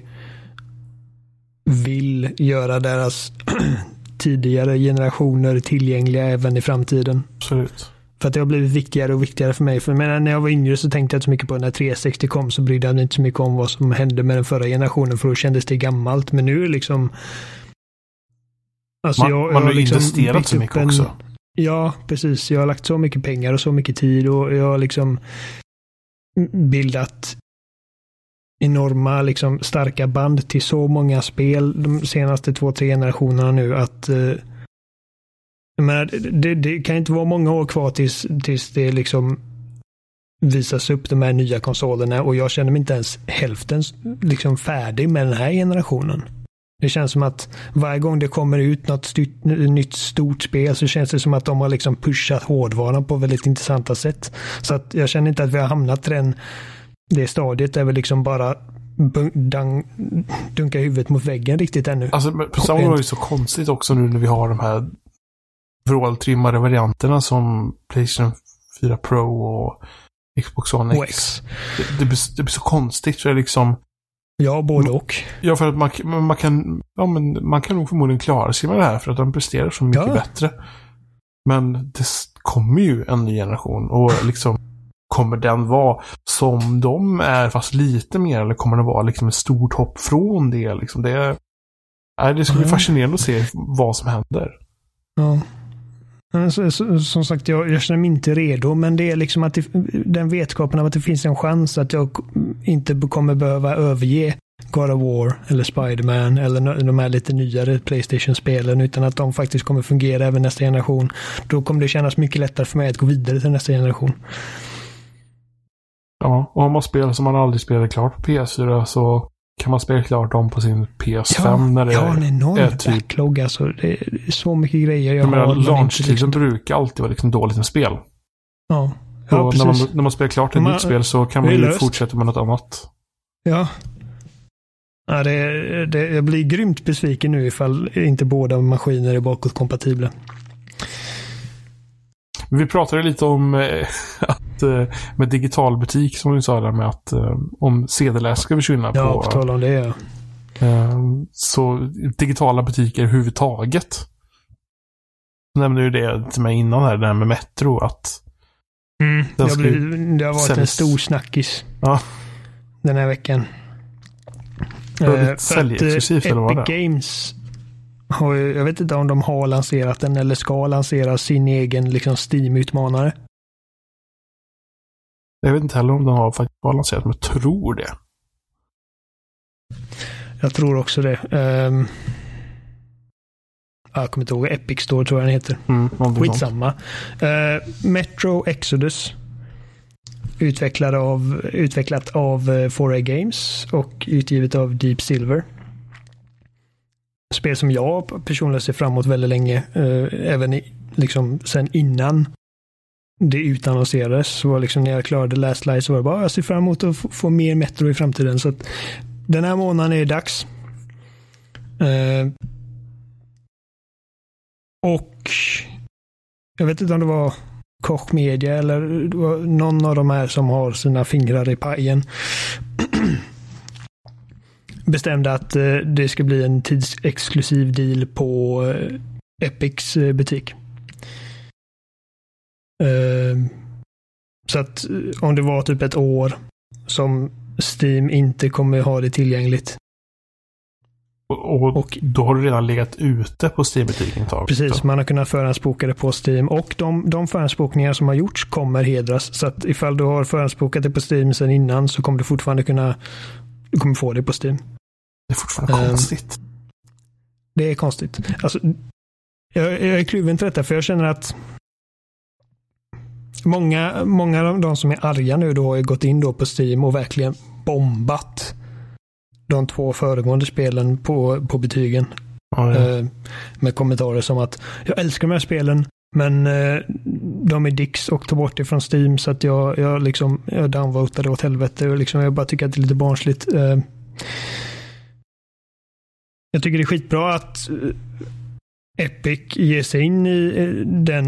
Speaker 2: vill göra deras tidigare generationer tillgängliga även i framtiden.
Speaker 1: Absolut.
Speaker 2: För att det har blivit viktigare och viktigare för mig. För när jag var yngre så tänkte jag inte så mycket på när 360 kom, så brydde jag mig inte så mycket om vad som hände med den förra generationen, för då kändes det gammalt. Men nu liksom... Alltså
Speaker 1: man har liksom investerat så mycket också.
Speaker 2: Ja, precis. Jag har lagt så mycket pengar och så mycket tid och jag har liksom bildat enorma liksom starka band till så många spel de senaste 2-3 generationerna nu att men det kan inte vara många år kvar tills det liksom visas upp de här nya konsolerna, och jag känner mig inte ens hälften liksom färdig med den här generationen. Det känns som att varje gång det kommer ut något nytt stort spel så känns det som att de har liksom pushat hårdvaran på väldigt intressanta sätt. Så att jag känner inte att vi har hamnat i det stadiet där vi liksom bara dunkar huvudet mot väggen riktigt ännu.
Speaker 1: Alltså på samma gång är det så konstigt också nu när vi har de här vråltrimmade varianterna som PlayStation 4 Pro och Xbox One X. Det blir så konstigt för det är liksom...
Speaker 2: Ja, både och.
Speaker 1: Ja, för att man kan nog förmodligen klara sig med det här för att de presterar så mycket bättre. Men det kommer ju en ny generation och liksom kommer den vara som de är fast lite mer, eller kommer det vara liksom ett stort hopp från det liksom? Det ska bli fascinerande att se vad som händer.
Speaker 2: Ja. Som sagt, jag känner mig inte redo, men det är liksom att den vetskapen av att det finns en chans att jag inte kommer behöva överge God of War eller Spider-Man eller de här lite nyare PlayStation-spelen, utan att de faktiskt kommer fungera även nästa generation. Då kommer det kännas mycket lättare för mig att gå vidare till nästa generation.
Speaker 1: Ja, och om man spelar som man aldrig spelade klart på PS4 så kan man spela klart dem på sin PS5 när det
Speaker 2: en enorm backlog alltså. Det är så mycket grejer jag har.
Speaker 1: Launchtiden brukar alltid vara liksom dåligt med spel.
Speaker 2: Ja,
Speaker 1: när man spelar klart ett nytt spel så kan man ju fortsätta med något annat.
Speaker 2: Ja. Ja, jag blir grymt besviken nu ifall inte båda maskiner är bakåtkompatibla.
Speaker 1: Vi pratade lite om med digital butik som du sa där, med att om CD-läs ska försvinna
Speaker 2: på tala om det.
Speaker 1: Så digitala butiker överhuvudtaget. Jag nämnde ju det till mig innan här, det här med Metro, att
Speaker 2: det har varit en stor snackis den här veckan.
Speaker 1: Säljexklusivt eller vad det är.
Speaker 2: Epic Games jag vet inte om de har lanserat den eller ska lansera sin egen liksom Steam-utmanare.
Speaker 1: Jag vet inte heller om de har faktiskt lanserat, men jag tror det.
Speaker 2: Jag tror också det. Jag kommer inte ihåg. Epic Store tror jag den heter. Skitsamma. Metro Exodus. utvecklat av 4A Games och utgivet av Deep Silver. Spel som jag personligen ser fram emot väldigt länge. Även liksom sen innan det utannonserades, så var liksom när jag klarade Last Light så var det bara jag ser fram emot att få mer Metro i framtiden. Så att den här månaden är det dags. Och jag vet inte om det var Koch Media eller det var någon av de här som har sina fingrar i pajen bestämde att det ska bli en tidsexklusiv deal på Epics butik. Så att om det var typ ett år som Steam inte kommer ha det tillgängligt.
Speaker 1: Och då har du redan legat ute på Steam-butiken ett tag.
Speaker 2: Precis, man har kunnat förhandsboka det på Steam och de förhandsbokningar som har gjorts kommer hedras. Så att ifall du har förhandsbokat det på Steam sedan innan så kommer du fortfarande du kommer få det på Steam.
Speaker 1: Det är fortfarande konstigt.
Speaker 2: Det är konstigt. Alltså, jag är kluven till detta för jag känner att många av de som är arga nu då har ju gått in då på Steam och verkligen bombat de 2 föregående spelen på betygen. Med kommentarer som att jag älskar de här spelen men de är dicks och tar bort det från Steam så att jag downvotar det åt helvete och liksom, jag bara tycker att det är lite barnsligt. Jag tycker det är skitbra att Epic ger sig in i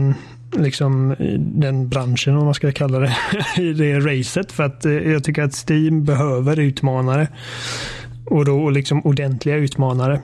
Speaker 2: den branschen, om man ska kalla det, i det racet, för att jag tycker att Steam behöver utmanare och då liksom ordentliga utmanare.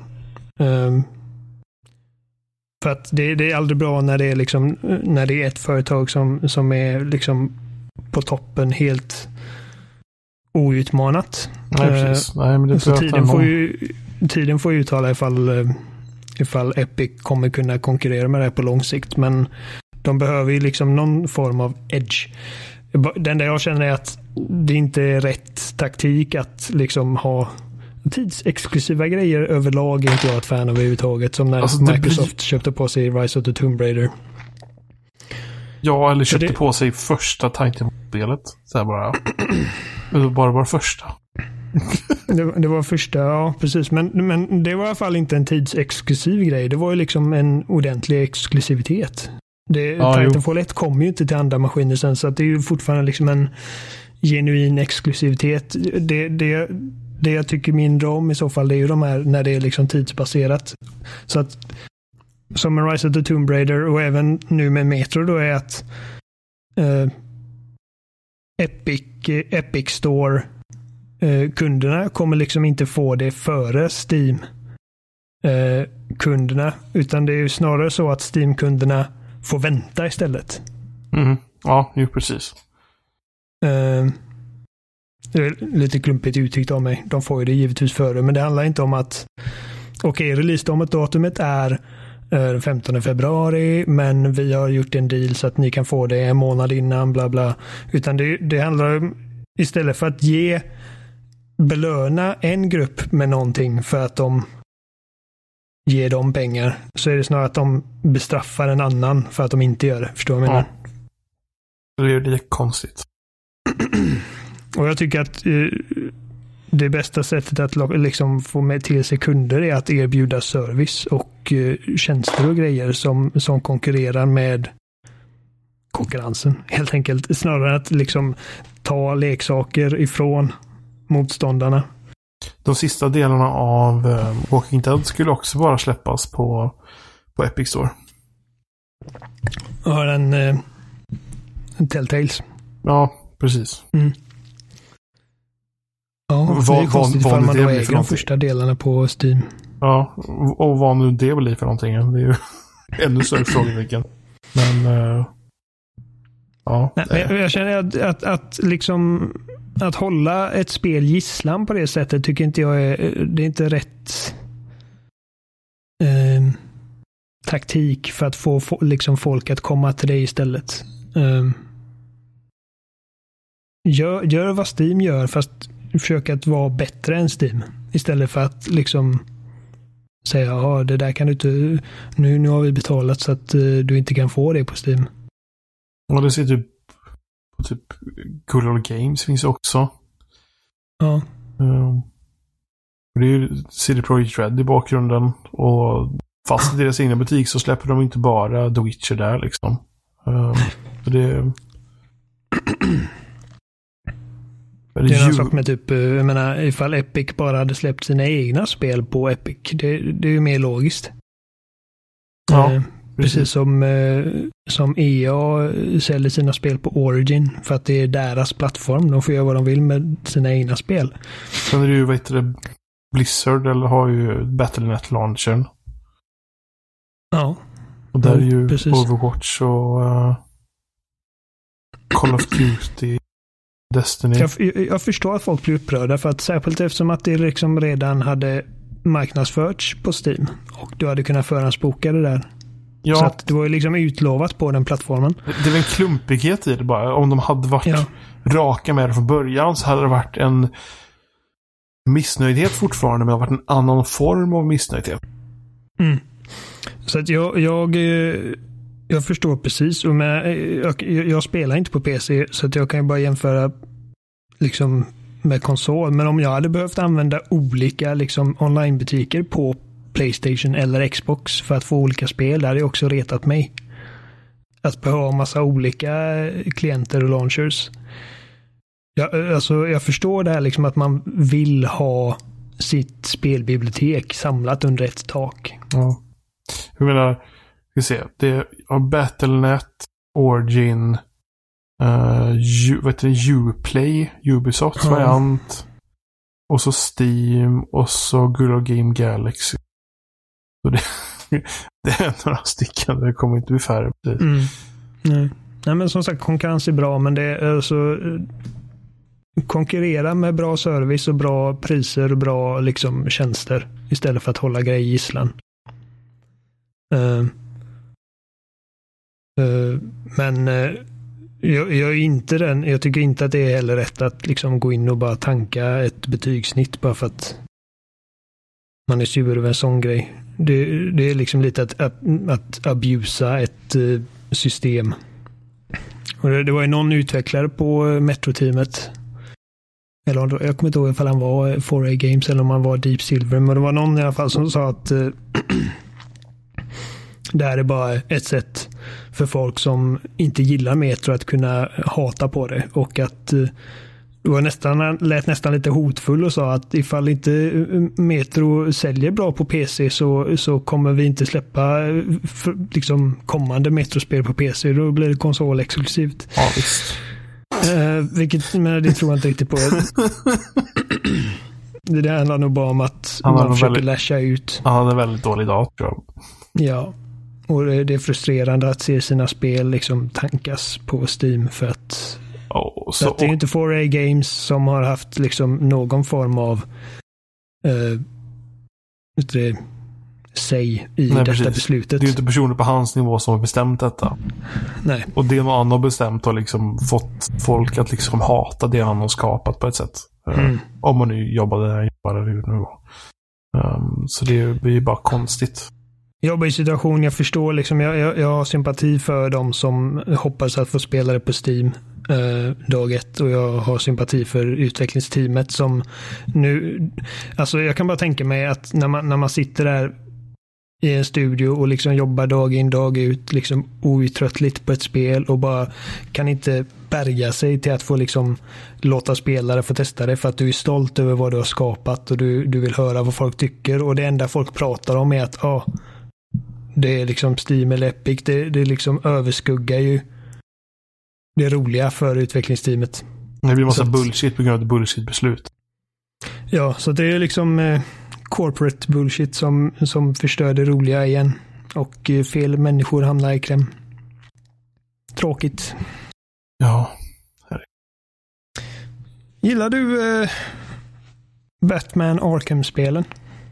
Speaker 2: För att det är aldrig bra när det är ett företag som är liksom på toppen helt outmanat.
Speaker 1: Nej, precis. Nej, men det
Speaker 2: så tiden får uttala ifall Epic kommer kunna konkurrera med det på lång sikt, men de behöver ju liksom någon form av edge. Det enda jag känner är att det inte är rätt taktik att liksom ha tidsexklusiva grejer överlag. Är inte jag ett fan av överhuvudtaget, som när Microsoft köpte på sig Rise of the Tomb Raider.
Speaker 1: Ja, eller köpte på sig första Titan-spelet. Så här bara. Det var första.
Speaker 2: Det var första, ja precis. Men det var i alla fall inte en tidsexklusiv grej. Det var ju liksom en ordentlig exklusivitet. Titanfall 1 kommer ju inte till andra maskiner sen, så att det är ju fortfarande liksom en genuin exklusivitet. Det jag tycker mindre om i så fall, det är ju de här när det är liksom tidsbaserat. Så att som med Rise of the Tomb Raider och även nu med Metro då är att Epic Store kunderna kommer liksom inte få det före Steam kunderna, utan det är ju snarare så att Steam-kunderna får vänta istället.
Speaker 1: Ja, ju precis.
Speaker 2: Det är lite klumpigt uttryckt av mig. De får ju det givetvis före, men det handlar inte om att releasedatumet är 15 februari, men vi har gjort en deal så att ni kan få det en månad innan, bla bla. Utan det handlar om, istället för att belöna en grupp med någonting för att de ger dem pengar, så är det snarare att de bestraffar en annan för att de inte gör det. Förstår du vad jag menar?
Speaker 1: Det är lite konstigt.
Speaker 2: Och jag tycker att det bästa sättet att liksom få med till sig kunder är att erbjuda service och tjänster och grejer som konkurrerar med konkurrensen. Helt enkelt. Snarare än att liksom ta leksaker ifrån motståndarna.
Speaker 1: De sista delarna av Walking Dead skulle också bara släppas på Epic Store.
Speaker 2: Ja, en Telltales.
Speaker 1: Ja, precis.
Speaker 2: Ja, det är konstigt ifall man då äger de första delarna på Steam.
Speaker 1: Ja, och vad nu det blir för någonting. Det är ju ännu större frågetecken. Men ja.
Speaker 2: Nej, jag känner att liksom att hålla ett spel gisslan på det sättet tycker inte jag det är inte rätt taktik för att få liksom folk att komma till dig istället. Gör vad Steam gör, fast försök att vara bättre än Steam. Istället för att liksom säga, ja, det där kan du inte, nu har vi betalat så att du inte kan få det på Steam.
Speaker 1: Ja, det ser typ typ Good Old Games finns också.
Speaker 2: Ja.
Speaker 1: Det är ju CD Projekt Red i bakgrunden. Och fast i deras egna butik så släpper de inte bara The Witcher där liksom. Det
Speaker 2: är en sak med typ, jag menar, ifall Epic bara hade släppt sina egna spel på Epic, det är ju mer logiskt.
Speaker 1: Ja,
Speaker 2: precis som EA säljer sina spel på Origin för att det är deras plattform. De får göra vad de vill med sina egna spel.
Speaker 1: Sen är det ju, vad heter det, Blizzard eller har ju Battle.net launchern.
Speaker 2: Ja.
Speaker 1: Och där är ju
Speaker 2: precis.
Speaker 1: Overwatch och Call of Duty, Destiny.
Speaker 2: Jag förstår att folk blir upprörda för att särskilt eftersom att det liksom redan hade marknadsförts på Steam och du hade kunnat förhandsboka det där. Ja. Så att det var ju liksom utlovat på den plattformen.
Speaker 1: Det var en klumpighet i det bara. Om de hade varit raka med det från början så hade det varit en missnöjdhet fortfarande, men det hade varit en annan form av missnöjdhet.
Speaker 2: Mm. Så att jag förstår precis. Och jag spelar inte på PC så att jag kan ju bara jämföra liksom med konsol. Men om jag hade behövt använda olika liksom onlinebutiker på PlayStation eller Xbox för att få olika spel, där hade jag också retat mig. Att behöva massa olika klienter och launchers. Jag förstår det här liksom att man vill ha sitt spelbibliotek samlat under ett tak.
Speaker 1: Ja. Jag menar, vi se, det har Battle.net, Origin, Uplay, Ubisofts variant, och så Steam och så Good Old Game Galaxy. Så det är några stycken, det kommer inte bli färre.
Speaker 2: Nej, men som sagt, konkurrens är bra, men det är alltså konkurrera med bra service och bra priser och bra liksom tjänster istället för att hålla grejer i gisslan. Men jag är inte jag tycker inte att det är heller rätt att liksom gå in och bara tanka ett betygssnitt bara för att man är sur över en sån grej. Det är liksom lite att abusa ett system. Och det var ju någon utvecklare på Metro-teamet, eller jag kommer inte ihåg ifall han var 4A Games eller om han var Deep Silver, men det var någon i alla fall som sa att det här är bara ett sätt för folk som inte gillar Metro att kunna hata på det, och att det var lät nästan lite hotfull och sa att ifall inte Metro säljer bra på PC så kommer vi inte släppa liksom kommande Metro-spel på PC, då blir det konsolexklusivt.
Speaker 1: Ja, visst.
Speaker 2: Men det tror jag inte riktigt på. Det handlar nog bara om att man försöker lasha ut.
Speaker 1: Han hade en väldigt dålig dag, tror jag.
Speaker 2: Ja, och det är frustrerande att se sina spel liksom tankas på Steam för att det är ju inte 4A Games som har haft liksom någon form av säg i detta beslutet.
Speaker 1: Det är ju inte personer på hans nivå som har bestämt detta.
Speaker 2: Nej.
Speaker 1: Och det någon har bestämt har liksom fått folk att liksom hata det han har skapat på ett sätt. Om man nu jobbade hur nu var. Så det blir ju bara konstigt.
Speaker 2: Jobbig situation, jag förstår liksom, jag har sympati för dem som hoppas att få spela det på Steam dag ett, och jag har sympati för utvecklingsteamet som nu, alltså jag kan bara tänka mig att när man sitter där i en studio och liksom jobbar dag in dag ut liksom outtröttligt på ett spel och bara kan inte bärga sig till att få liksom låta spelare få testa det för att du är stolt över vad du har skapat och du vill höra vad folk tycker, och det enda folk pratar om är att det är liksom Steam eller Epic, det liksom överskuggar ju det roliga för utvecklingsteamet.
Speaker 1: Det blir massa bullshit på grund av bullshit-beslut.
Speaker 2: Ja, så det är liksom corporate bullshit som förstör det roliga igen. Och fel människor hamnar i kläm. Tråkigt.
Speaker 1: Ja.
Speaker 2: Gillar du Batman Arkham-spelen?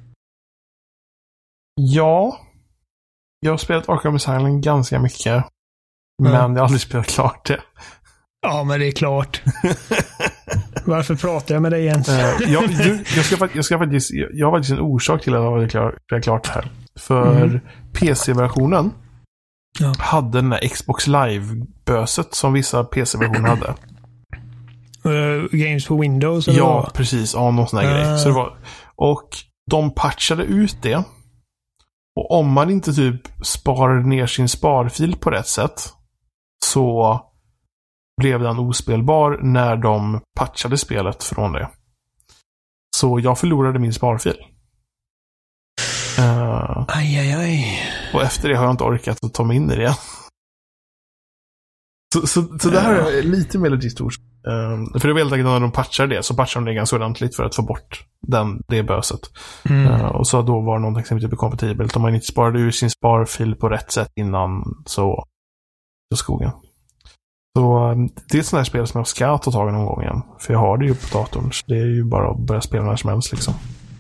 Speaker 1: Ja. Jag har spelat Arkham Asylum ganska mycket. Men jag har aldrig spelat klart det.
Speaker 2: Ja, men det är klart. Varför pratar jag med dig ens?
Speaker 1: Jag har faktiskt en orsak till att jag har klart det här. För PC-versionen hade den där Xbox Live-böset som vissa PC-versioner hade.
Speaker 2: Games for Windows? Eller
Speaker 1: ja,
Speaker 2: vad?
Speaker 1: precis. Ja, någon sån här grej. Så det var, och de patchade ut det. Och om man inte typ sparade ner sin sparfil på rätt sätt så blev den ospelbar när de patchade spelet från det. Så jag förlorade min sparfil.
Speaker 2: Aj.
Speaker 1: Och efter det har jag inte orkat att ta mig in i det. Så det här är lite mer legitort. För det är väldigt enkelt när de patchar det så patchar de det ganska ordentligt för att få bort det böset. Och så då var det någonting som inte blev kompatibelt. Om man inte sparade ur sin sparfil på rätt sätt innan så skogen. Så det är ett sånt här spel som jag ska ta tag i någon gång igen. För jag har det ju på datorn. Så det är ju bara att börja spela när som helst liksom.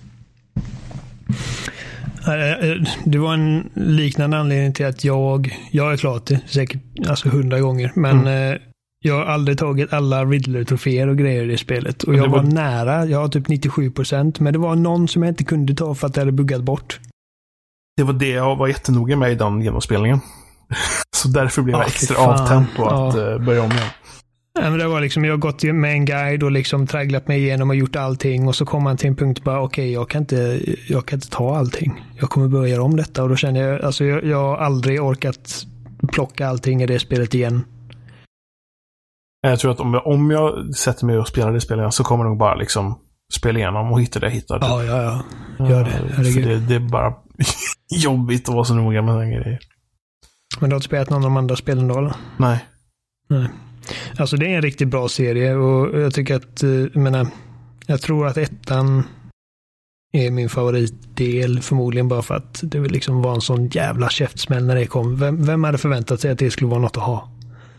Speaker 2: Det var en liknande anledning till att jag är klart det säkert 100 gånger. Men jag har aldrig tagit alla Riddler-troféer och grejer i det spelet. Och jag var nära. Jag har typ 97%. Men det var någon som jag inte kunde ta för att det hade buggat bort.
Speaker 1: Det var det jag var jättenoga med i den genomspelningen. Så därför blev jag extra avtänd på att börja om igen.
Speaker 2: Ja, men det var liksom, jag har gått med en guide och liksom tragglat mig igenom och gjort allting. Och så kom man till en punkt bara, okej, jag kan inte ta allting. Jag kommer börja göra om detta. Och då känner jag, alltså jag har aldrig orkat plocka allting i det spelet igen.
Speaker 1: Jag tror att om jag sätter mig och spelar det spelet så kommer jag nog bara liksom spela igenom och hitta det jag hittar.
Speaker 2: Ja. Gör det.
Speaker 1: För det är bara jobbigt att vara så noga med den grejen.
Speaker 2: Men du har inte spelat någon av de andra spelen då, eller?
Speaker 1: Nej.
Speaker 2: Alltså det är en riktigt bra serie och jag tycker att, jag tror att ettan är min favoritdel, förmodligen bara för att det liksom var en sån jävla käftsmäll när det kom. Vem hade förväntat sig att det skulle vara något att ha?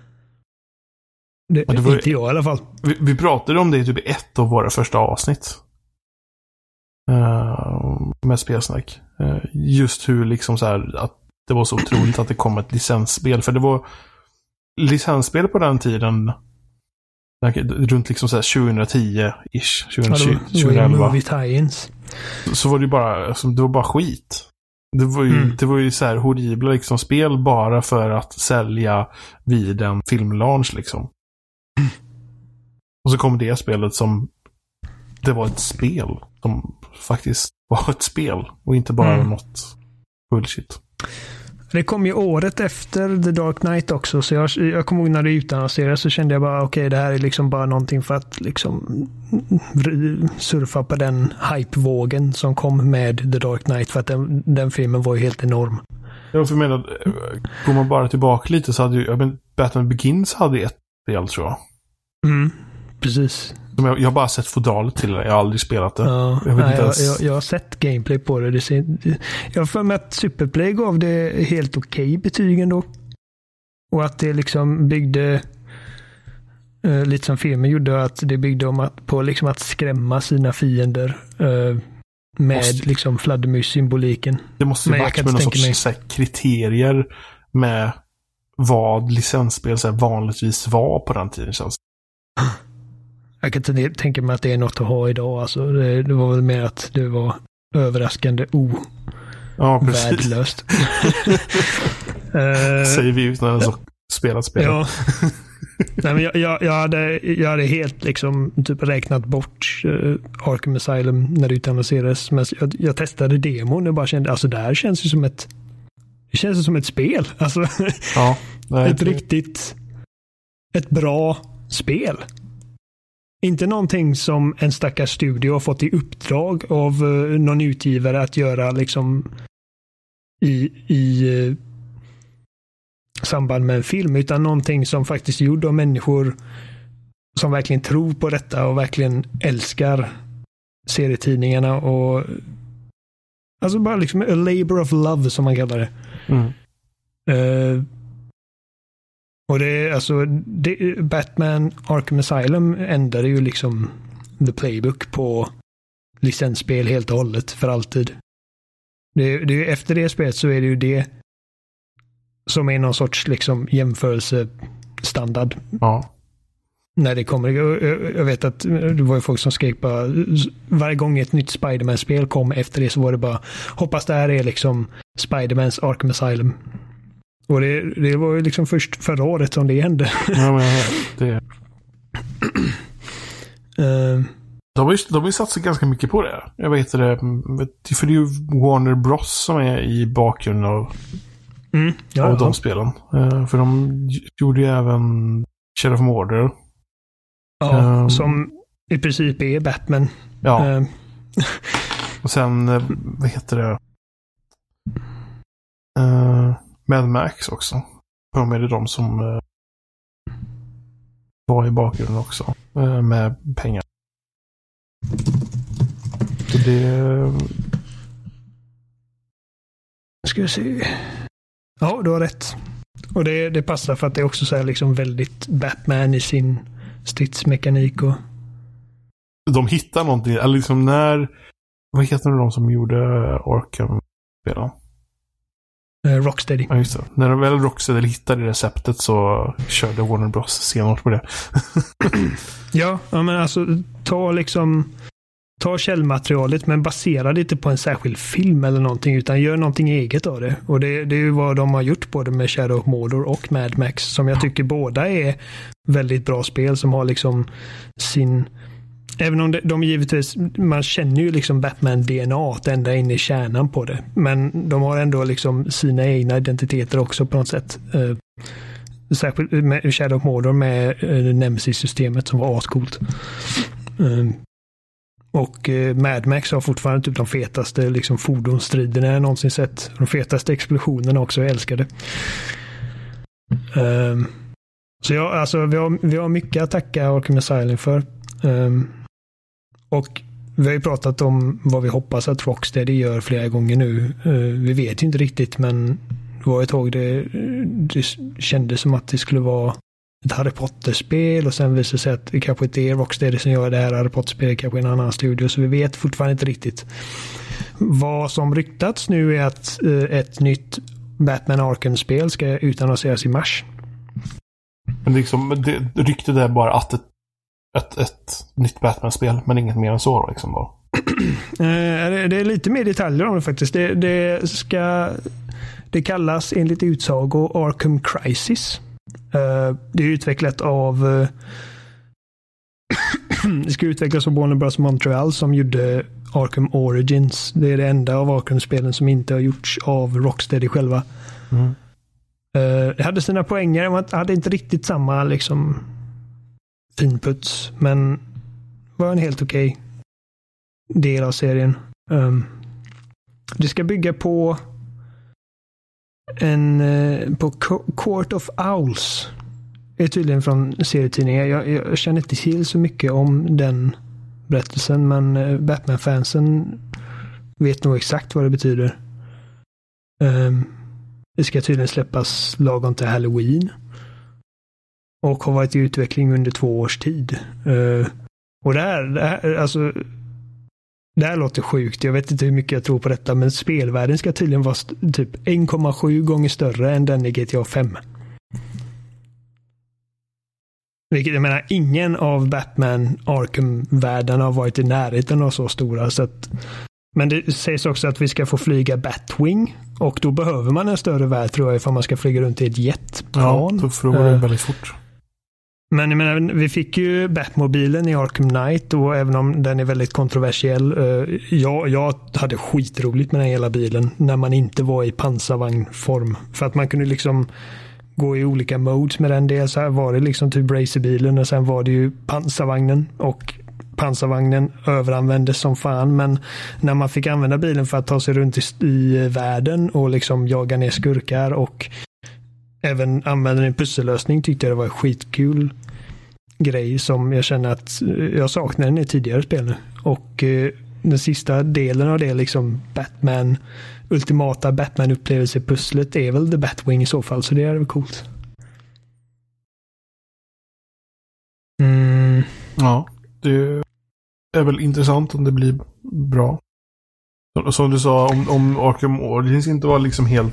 Speaker 2: Det var inte jag i alla fall.
Speaker 1: Vi pratade om det i typ ett av våra första avsnitt. Med spelsnack. Just hur liksom så här att det var så otroligt att det kom ett licensspel. För det var licensspel på den tiden runt liksom så här 2010-ish, 2011. Så var det bara, alltså, det var bara skit. Det var ju så här horribla liksom spel bara för att sälja vid en filmlaunch liksom. Och så kom det spelet som det var ett spel som faktiskt var ett spel och inte bara något bullshit.
Speaker 2: Det kom ju året efter The Dark Knight också, så jag kommer ihåg när det utannonserades så kände jag bara okej, det här är liksom bara någonting för att liksom surfa på den hypevågen som kom med The Dark Knight, för att den filmen var ju helt enorm.
Speaker 1: Jag menar, går man bara tillbaka lite så hade ju Batman Begins hade ett spel, tror jag.
Speaker 2: Precis.
Speaker 1: Jag har bara sett fodralet till det. Jag har aldrig spelat det.
Speaker 2: Ja, jag har sett gameplay på det. Jag har för mig att Superplay gav det helt okej betyg ändå. Och att det liksom byggde lite som filmen gjorde, att det byggde på liksom att skrämma sina fiender med liksom fladdermus-symboliken.
Speaker 1: Det måste ju varit med någon sorts kriterier med vad licensspel så här vanligtvis var på den tiden, känns.
Speaker 2: Jag kan inte tänka mig att det är något att ha idag. Alltså, det var väl mer att det var överraskande värdelöst.
Speaker 1: Säger vi ut när den så spelat spel.
Speaker 2: Ja. Nej, men jag hade helt liksom typ räknat bort Arkham Asylum när det utannonserades. Men jag testade demon och bara kände, alltså det här känns ju som ett spel. Alltså,
Speaker 1: ja,
Speaker 2: ett bra spel. Inte någonting som en stackars studio har fått i uppdrag av någon utgivare att göra liksom i samband med en film, utan någonting som faktiskt gjord av människor som verkligen tror på detta och verkligen älskar serietidningarna och alltså bara liksom a labor of love som man kallar det. Och det är alltså Batman Arkham Asylum ändrar ju liksom the playbook på licensspel helt och hållet för alltid. Det är ju efter det spelet så är det ju det som är någon sorts liksom jämförelsestandard.
Speaker 1: Ja.
Speaker 2: När det kommer, jag vet att det var ju folk som skrek bara, varje gång ett nytt Spider-Man-spel kom efter det så var det bara, hoppas det här är liksom Spider-Mans Arkham Asylum. Och det var ju liksom först förra året som det hände.
Speaker 1: Ja, men det... De har ju satsat ganska mycket på det. Jag vet det. För det är ju Warner Bros som är i bakgrunden av de spelen. För de gjorde ju även Shadow of Mordor.
Speaker 2: Ja, som i princip är Batman.
Speaker 1: Ja. Och sen, vad heter det? Mad Max också. De är det de som var i bakgrunden också. Med pengar. Så det...
Speaker 2: Ska vi se. Ja, du har rätt. Och det passar för att det är också så här liksom väldigt Batman i sin stridsmekanik och...
Speaker 1: De hittar någonting, eller liksom när... Vad heter de som gjorde Arkham-spelen?
Speaker 2: Rocksteady.
Speaker 1: Ja, just det. När de väl Rocksteady hittade receptet så körde Warner Bros senare på det.
Speaker 2: Ja, men alltså ta källmaterialet men basera det inte på en särskild film eller någonting utan gör någonting eget av det. Och det är ju vad de har gjort både med Shadow of Mordor och Mad Max som jag tycker båda är väldigt bra spel som har liksom sin... Även om de givetvis, man känner ju liksom Batman-DNA ända in i kärnan på det. Men de har ändå liksom sina egna identiteter också på något sätt. Särskilt med Shadow of Mordor med Nemesis-systemet som var ascoolt. Och Mad Max har fortfarande typ de fetaste liksom fordonsstriderna jag någonsin sett. De fetaste explosionerna också, jag älskar det. Så ja, alltså vi har mycket att tacka Arkham Asylum för. Och vi har ju pratat om vad vi hoppas att Rocksteady gör flera gånger nu. Vi vet ju inte riktigt men det var ett tag det kändes som att det skulle vara ett Harry Potter-spel och sen visade det sig att det kanske inte är Rocksteady som gör det här Harry Potter-spelet, kanske en annan studio, så vi vet fortfarande inte riktigt. Vad som ryktats nu är att ett nytt Batman Arkham-spel ska utannonseras i mars.
Speaker 1: Men liksom, ryktet är bara att ett nytt Batman-spel, men inget mer än så då, liksom bara.
Speaker 2: Det är lite mer detaljer om det faktiskt. Det kallas enligt utsago Arkham Crisis. Det är utvecklat av det ska utvecklas av Warner Bros. Montreal som gjorde Arkham Origins. Det är det enda av Arkham-spelen som inte har gjorts av Rocksteady själva. Det hade sina poänger, men hade inte riktigt samma liksom finputs, men var en helt okej del av serien. Det ska bygga på på Court of Owls. Det är tydligen från serietidningar. Jag känner inte till så mycket om den berättelsen, men Batman-fansen vet nog exakt vad det betyder. Det ska tydligen släppas lagom till Halloween och har varit i utveckling under 2 års tid. Och det här låter sjukt. Jag vet inte hur mycket jag tror på detta, men spelvärlden ska tydligen vara typ 1,7 gånger större än den i GTA 5. Vilket jag menar, ingen av Batman Arkham-världarna har varit i närheten av så stora. Så att, men det sägs också att vi ska få flyga Batwing och då behöver man en större värld tror jag ifall man ska flyga runt i ett jetplan.
Speaker 1: Ja, då får det väldigt fort.
Speaker 2: Men jag menar, vi fick ju Batmobilen i Arkham Knight och även om den är väldigt kontroversiell, jag hade skitroligt med den hela bilen när man inte var i pansarvagnform. För att man kunde liksom gå i olika modes med den. Dels så var det liksom typ racerbilen och sen var det ju pansarvagnen och pansarvagnen överanvändes som fan, men när man fick använda bilen för att ta sig runt i världen och liksom jaga ner skurkar och även använda en pussellösning tyckte jag det var en skitkul grej som jag känner att jag saknar den i tidigare spel nu. Och den sista delen av det liksom ultimata Batman-upplevelse-pusslet är väl The Batwing i så fall, så det är väl coolt.
Speaker 1: Ja, det är väl intressant om det blir bra. Som du sa, om Arkham Origins inte var liksom helt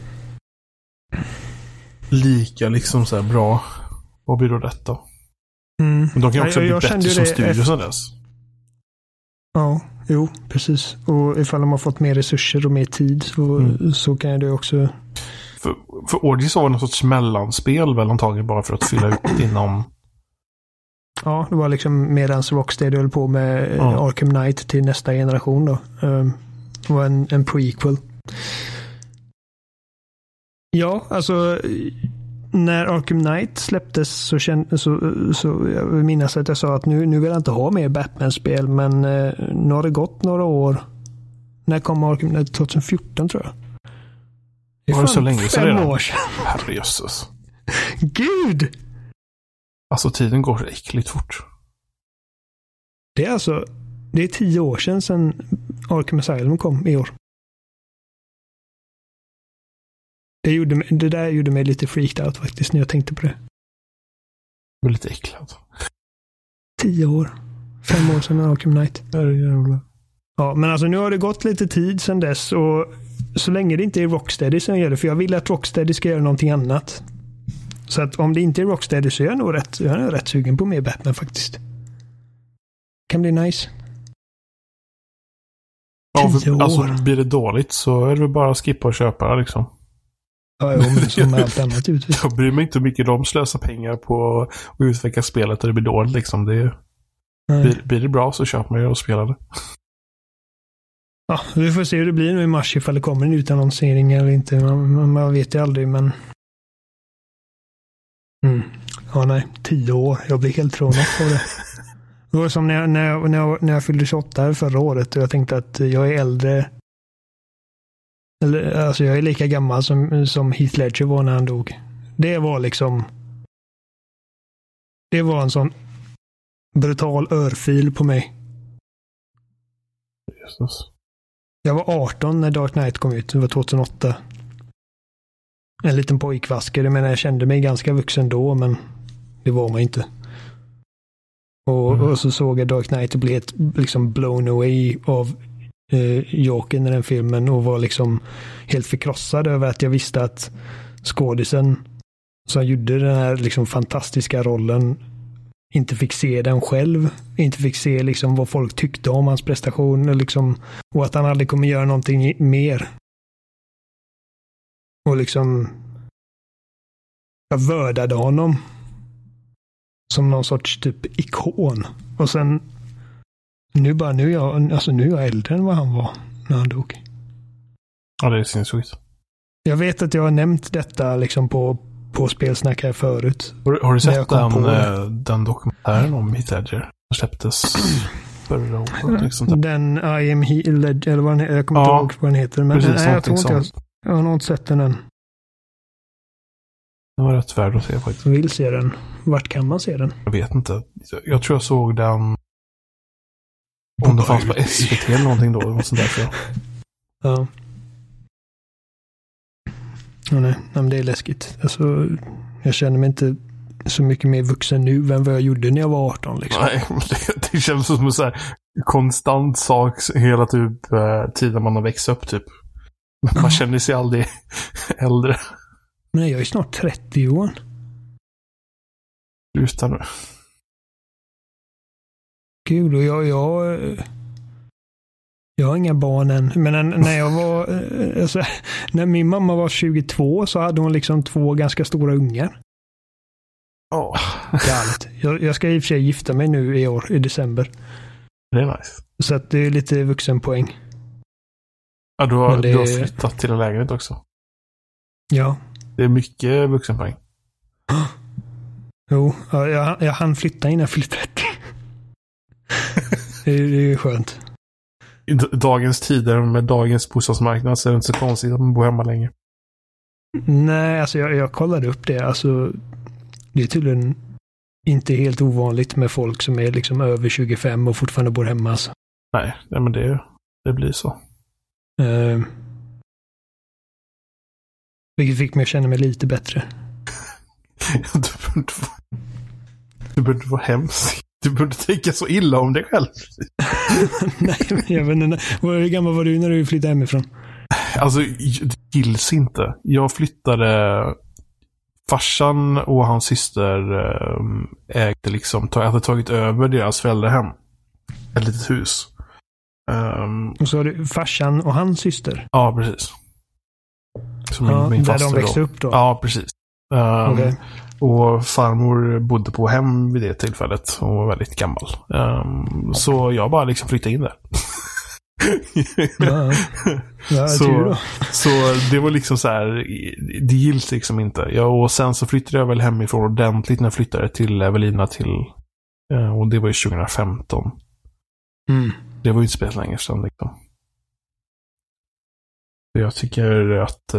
Speaker 1: lika liksom så här bra, vad blir då detta? Men de kan också bli bättre som studio sen dess.
Speaker 2: Ja, jo, precis. Och ifall de har fått mer resurser och mer tid så kan det också...
Speaker 1: För Origins var någon sorts mellanspel väl antagligen bara för att fylla ut inom...
Speaker 2: Ja, det var liksom medans Rocksteady höll på med Arkham Knight till nästa generation då. Det var en prequel. Ja, alltså när Arkham Knight släpptes så jag minns att jag sa att nu vill jag inte ha mer Batman-spel, men nu har det gått några år. När kom Arkham Knight? 2014 tror jag.
Speaker 1: Var det så länge sedan?
Speaker 2: 5 år sedan.
Speaker 1: Herrejösses.
Speaker 2: Gud!
Speaker 1: Alltså tiden går så äckligt fort.
Speaker 2: Det är 10 år sedan Arkham Asylum kom i år. Det där gjorde mig lite freaked out faktiskt när jag tänkte på det.
Speaker 1: Jag är lite äcklad.
Speaker 2: 10 år. 5 år sedan Arkham Knight.
Speaker 1: Jävlar.
Speaker 2: Ja, men alltså nu har det gått lite tid sedan dess, och så länge det inte är Rocksteady som gör det, för jag vill att Rocksteady ska göra någonting annat. Så att om det inte är Rocksteady så är jag nog rätt sugen på mer Batman faktiskt. Kan bli nice. 10 år.
Speaker 1: Alltså blir det dåligt så är det väl bara att skippa och köpa det liksom.
Speaker 2: Ja, men som med allt annat utvis.
Speaker 1: Jag bryr mig inte hur mycket de slösar pengar på att utveckla spelet och det blir dåligt liksom. Blir det bra så köper man ju och spelar det.
Speaker 2: Ja, vi får se hur det blir nu i mars ifall det kommer en utannonsering eller inte. Man vet ju aldrig, men... Ja, nej. 10 år. Jag blir helt trånad på det. Det var som när jag fyllde 28 förra året och jag tänkte att jag är äldre. Eller, alltså jag är lika gammal som Heath Ledger var när han dog. Det var liksom... Det var en sån brutal örfil på mig.
Speaker 1: Jesus.
Speaker 2: Jag var 18 när Dark Knight kom ut. Det var 2008. En liten pojkvasker. Jag menar, jag kände mig ganska vuxen då, men det var man inte. Och så såg jag Dark Knight och blev liksom blown away av Joker i den filmen och var liksom helt förkrossad över att jag visste att skådisen som gjorde den här liksom fantastiska rollen inte fick se den själv, inte fick se liksom vad folk tyckte om hans prestation liksom, och att han aldrig kommer göra någonting mer. Och liksom jag värdade honom som någon sorts typ ikon. Och sen nu är jag äldre än vad han var när han dog.
Speaker 1: Ja, det är sinnessjukt.
Speaker 2: Jag vet att jag har nämnt detta liksom på spelsnack här förut.
Speaker 1: Har du sett den dokumentären om Heath Ledger som släpptes förra året? Liksom.
Speaker 2: Den I am Ledger, eller vad jag kommer inte ihåg vad den heter. Men
Speaker 1: precis,
Speaker 2: nej, jag har nog inte sett den än.
Speaker 1: Den var rätt värd att se faktiskt.
Speaker 2: Jag vill se den. Vart kan man se den?
Speaker 1: Jag vet inte. Jag tror jag såg den om det fanns på SVT eller någonting då. Och sånt där, så.
Speaker 2: Ja. Ja, nej, men det är läskigt. Alltså, jag känner mig inte så mycket mer vuxen nu än vad jag gjorde när jag var 18. Liksom.
Speaker 1: Nej, det känns som en så här konstant sak hela typ tiden man har växt upp typ. Man känner sig aldrig äldre.
Speaker 2: Men jag är snart 30 år.
Speaker 1: Sluta nu.
Speaker 2: Gud, och jag har inga barn än. Men när jag var alltså, när min mamma var 22 så hade hon liksom 2 ganska stora ungar. Galet. Jag ska i och för sig gifta mig nu i år, i december.
Speaker 1: Det är nice.
Speaker 2: Så att det är lite vuxenpoäng.
Speaker 1: Ja, du har flyttat till en lägenhet också. Ja. Det är mycket vuxenpoäng.
Speaker 2: Jo, jag hann flytta innan jag fyllde 30. Det är skönt.
Speaker 1: I dagens tider med dagens bostadsmarknad så är det inte så konstigt att man bor hemma länge.
Speaker 2: Nej, alltså jag kollade upp det. Alltså, det är tydligen inte helt ovanligt med folk som är liksom över 25 och fortfarande bor hemma. Alltså.
Speaker 1: Nej, men det blir så.
Speaker 2: Vilket fick mig att känna mig lite bättre.
Speaker 1: Du borde vara hemskt. Du borde tänka så illa om dig själv.
Speaker 2: Nej, men jag vet inte. Hur gammal var du när du flyttade hemifrån?
Speaker 1: Alltså, det gills inte. Jag flyttade... Farsan och hans syster ägde liksom... hade tagit över deras föräldrahem. Ett litet hus.
Speaker 2: Och så har du farsan och hans syster?
Speaker 1: Ja, precis. också min
Speaker 2: där
Speaker 1: faster
Speaker 2: de växte upp då?
Speaker 1: Ja, precis.
Speaker 2: Okay.
Speaker 1: Och farmor bodde på hem vid det tillfället och var väldigt gammal. Så jag bara liksom flyttade in där. Så det var liksom så här, det gills liksom inte. Och sen så flyttade jag väl hemifrån ordentligt när jag flyttade till Evelina och det var ju 2015. Det var ju inte spelat länge sedan liksom. Jag tycker att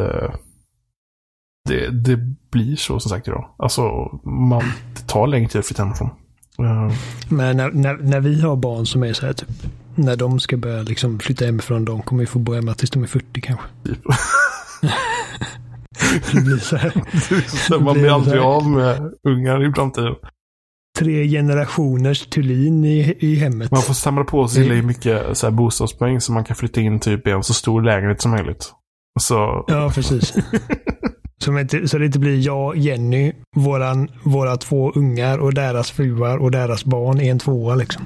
Speaker 1: det blir så som sagt idag. Alltså det tar längre tid att flytta hemifrån.
Speaker 2: Men när vi har barn som är så här typ, när de ska börja liksom flytta hemifrån, de kommer ju få bo hemma tills de är 40 kanske. Typ. Det blir så här.
Speaker 1: Man blir aldrig av med ungar i framtiden.
Speaker 2: 3 generationers Thulin i hemmet.
Speaker 1: Man får samla på sig mycket så här bostadspoäng så man kan flytta in typ i en så stor lägenhet som möjligt. Så...
Speaker 2: Ja, precis. Så det inte blir jag, Jenny, våra 2 ungar och deras fruar och deras barn i en 2 liksom.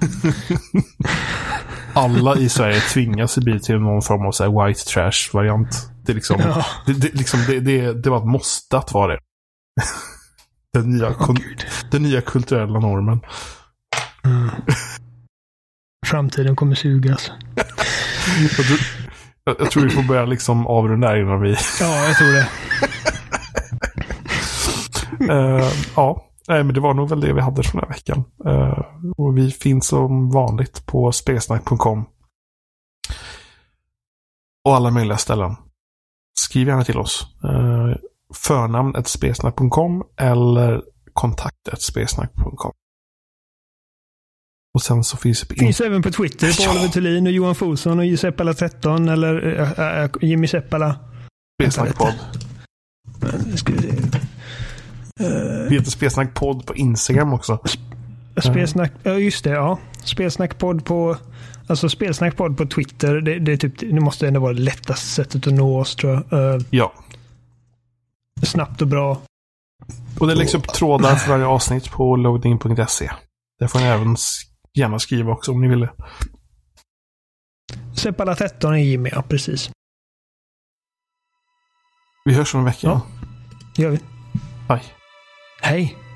Speaker 1: Alla i Sverige tvingas bli till någon form av så här white trash-variant. Det är liksom, det var ett måste att vara det. Den nya kulturella normen.
Speaker 2: Framtiden kommer sugas.
Speaker 1: Jag tror vi får börja liksom avrunda där innan vi...
Speaker 2: Ja, jag tror det.
Speaker 1: Men det var nog väl det vi hade för den här veckan. Och vi finns som vanligt på spelsnack.com och alla möjliga ställen. Skriv gärna till oss. Förnamn@spelsnack.com eller kontakt@spelsnack.com. Och sen så finns
Speaker 2: även på Twitter på Oliver Thulin och Johan Foson och Seppala 13 eller Jimmy Seppala.
Speaker 1: Spelsnackpodd. Vi heter Spelsnackpodd på Instagram också.
Speaker 2: Spelsnack, ja just det, ja. Spelsnackpodd på Spelsnackpodd på Twitter. Det är typ, det måste ändå vara det lättaste sättet att nå oss, tror jag.
Speaker 1: Ja.
Speaker 2: Snabbt och bra.
Speaker 1: Och det läggs upp trådar för varje avsnitt på loading.se. Där får ni även gärna skriva också om ni vill.
Speaker 2: Seppala 13 är Jimmy, ja, precis.
Speaker 1: Vi hörs om en vecka.
Speaker 2: Ja, gör vi.
Speaker 1: Hej.
Speaker 2: Hej.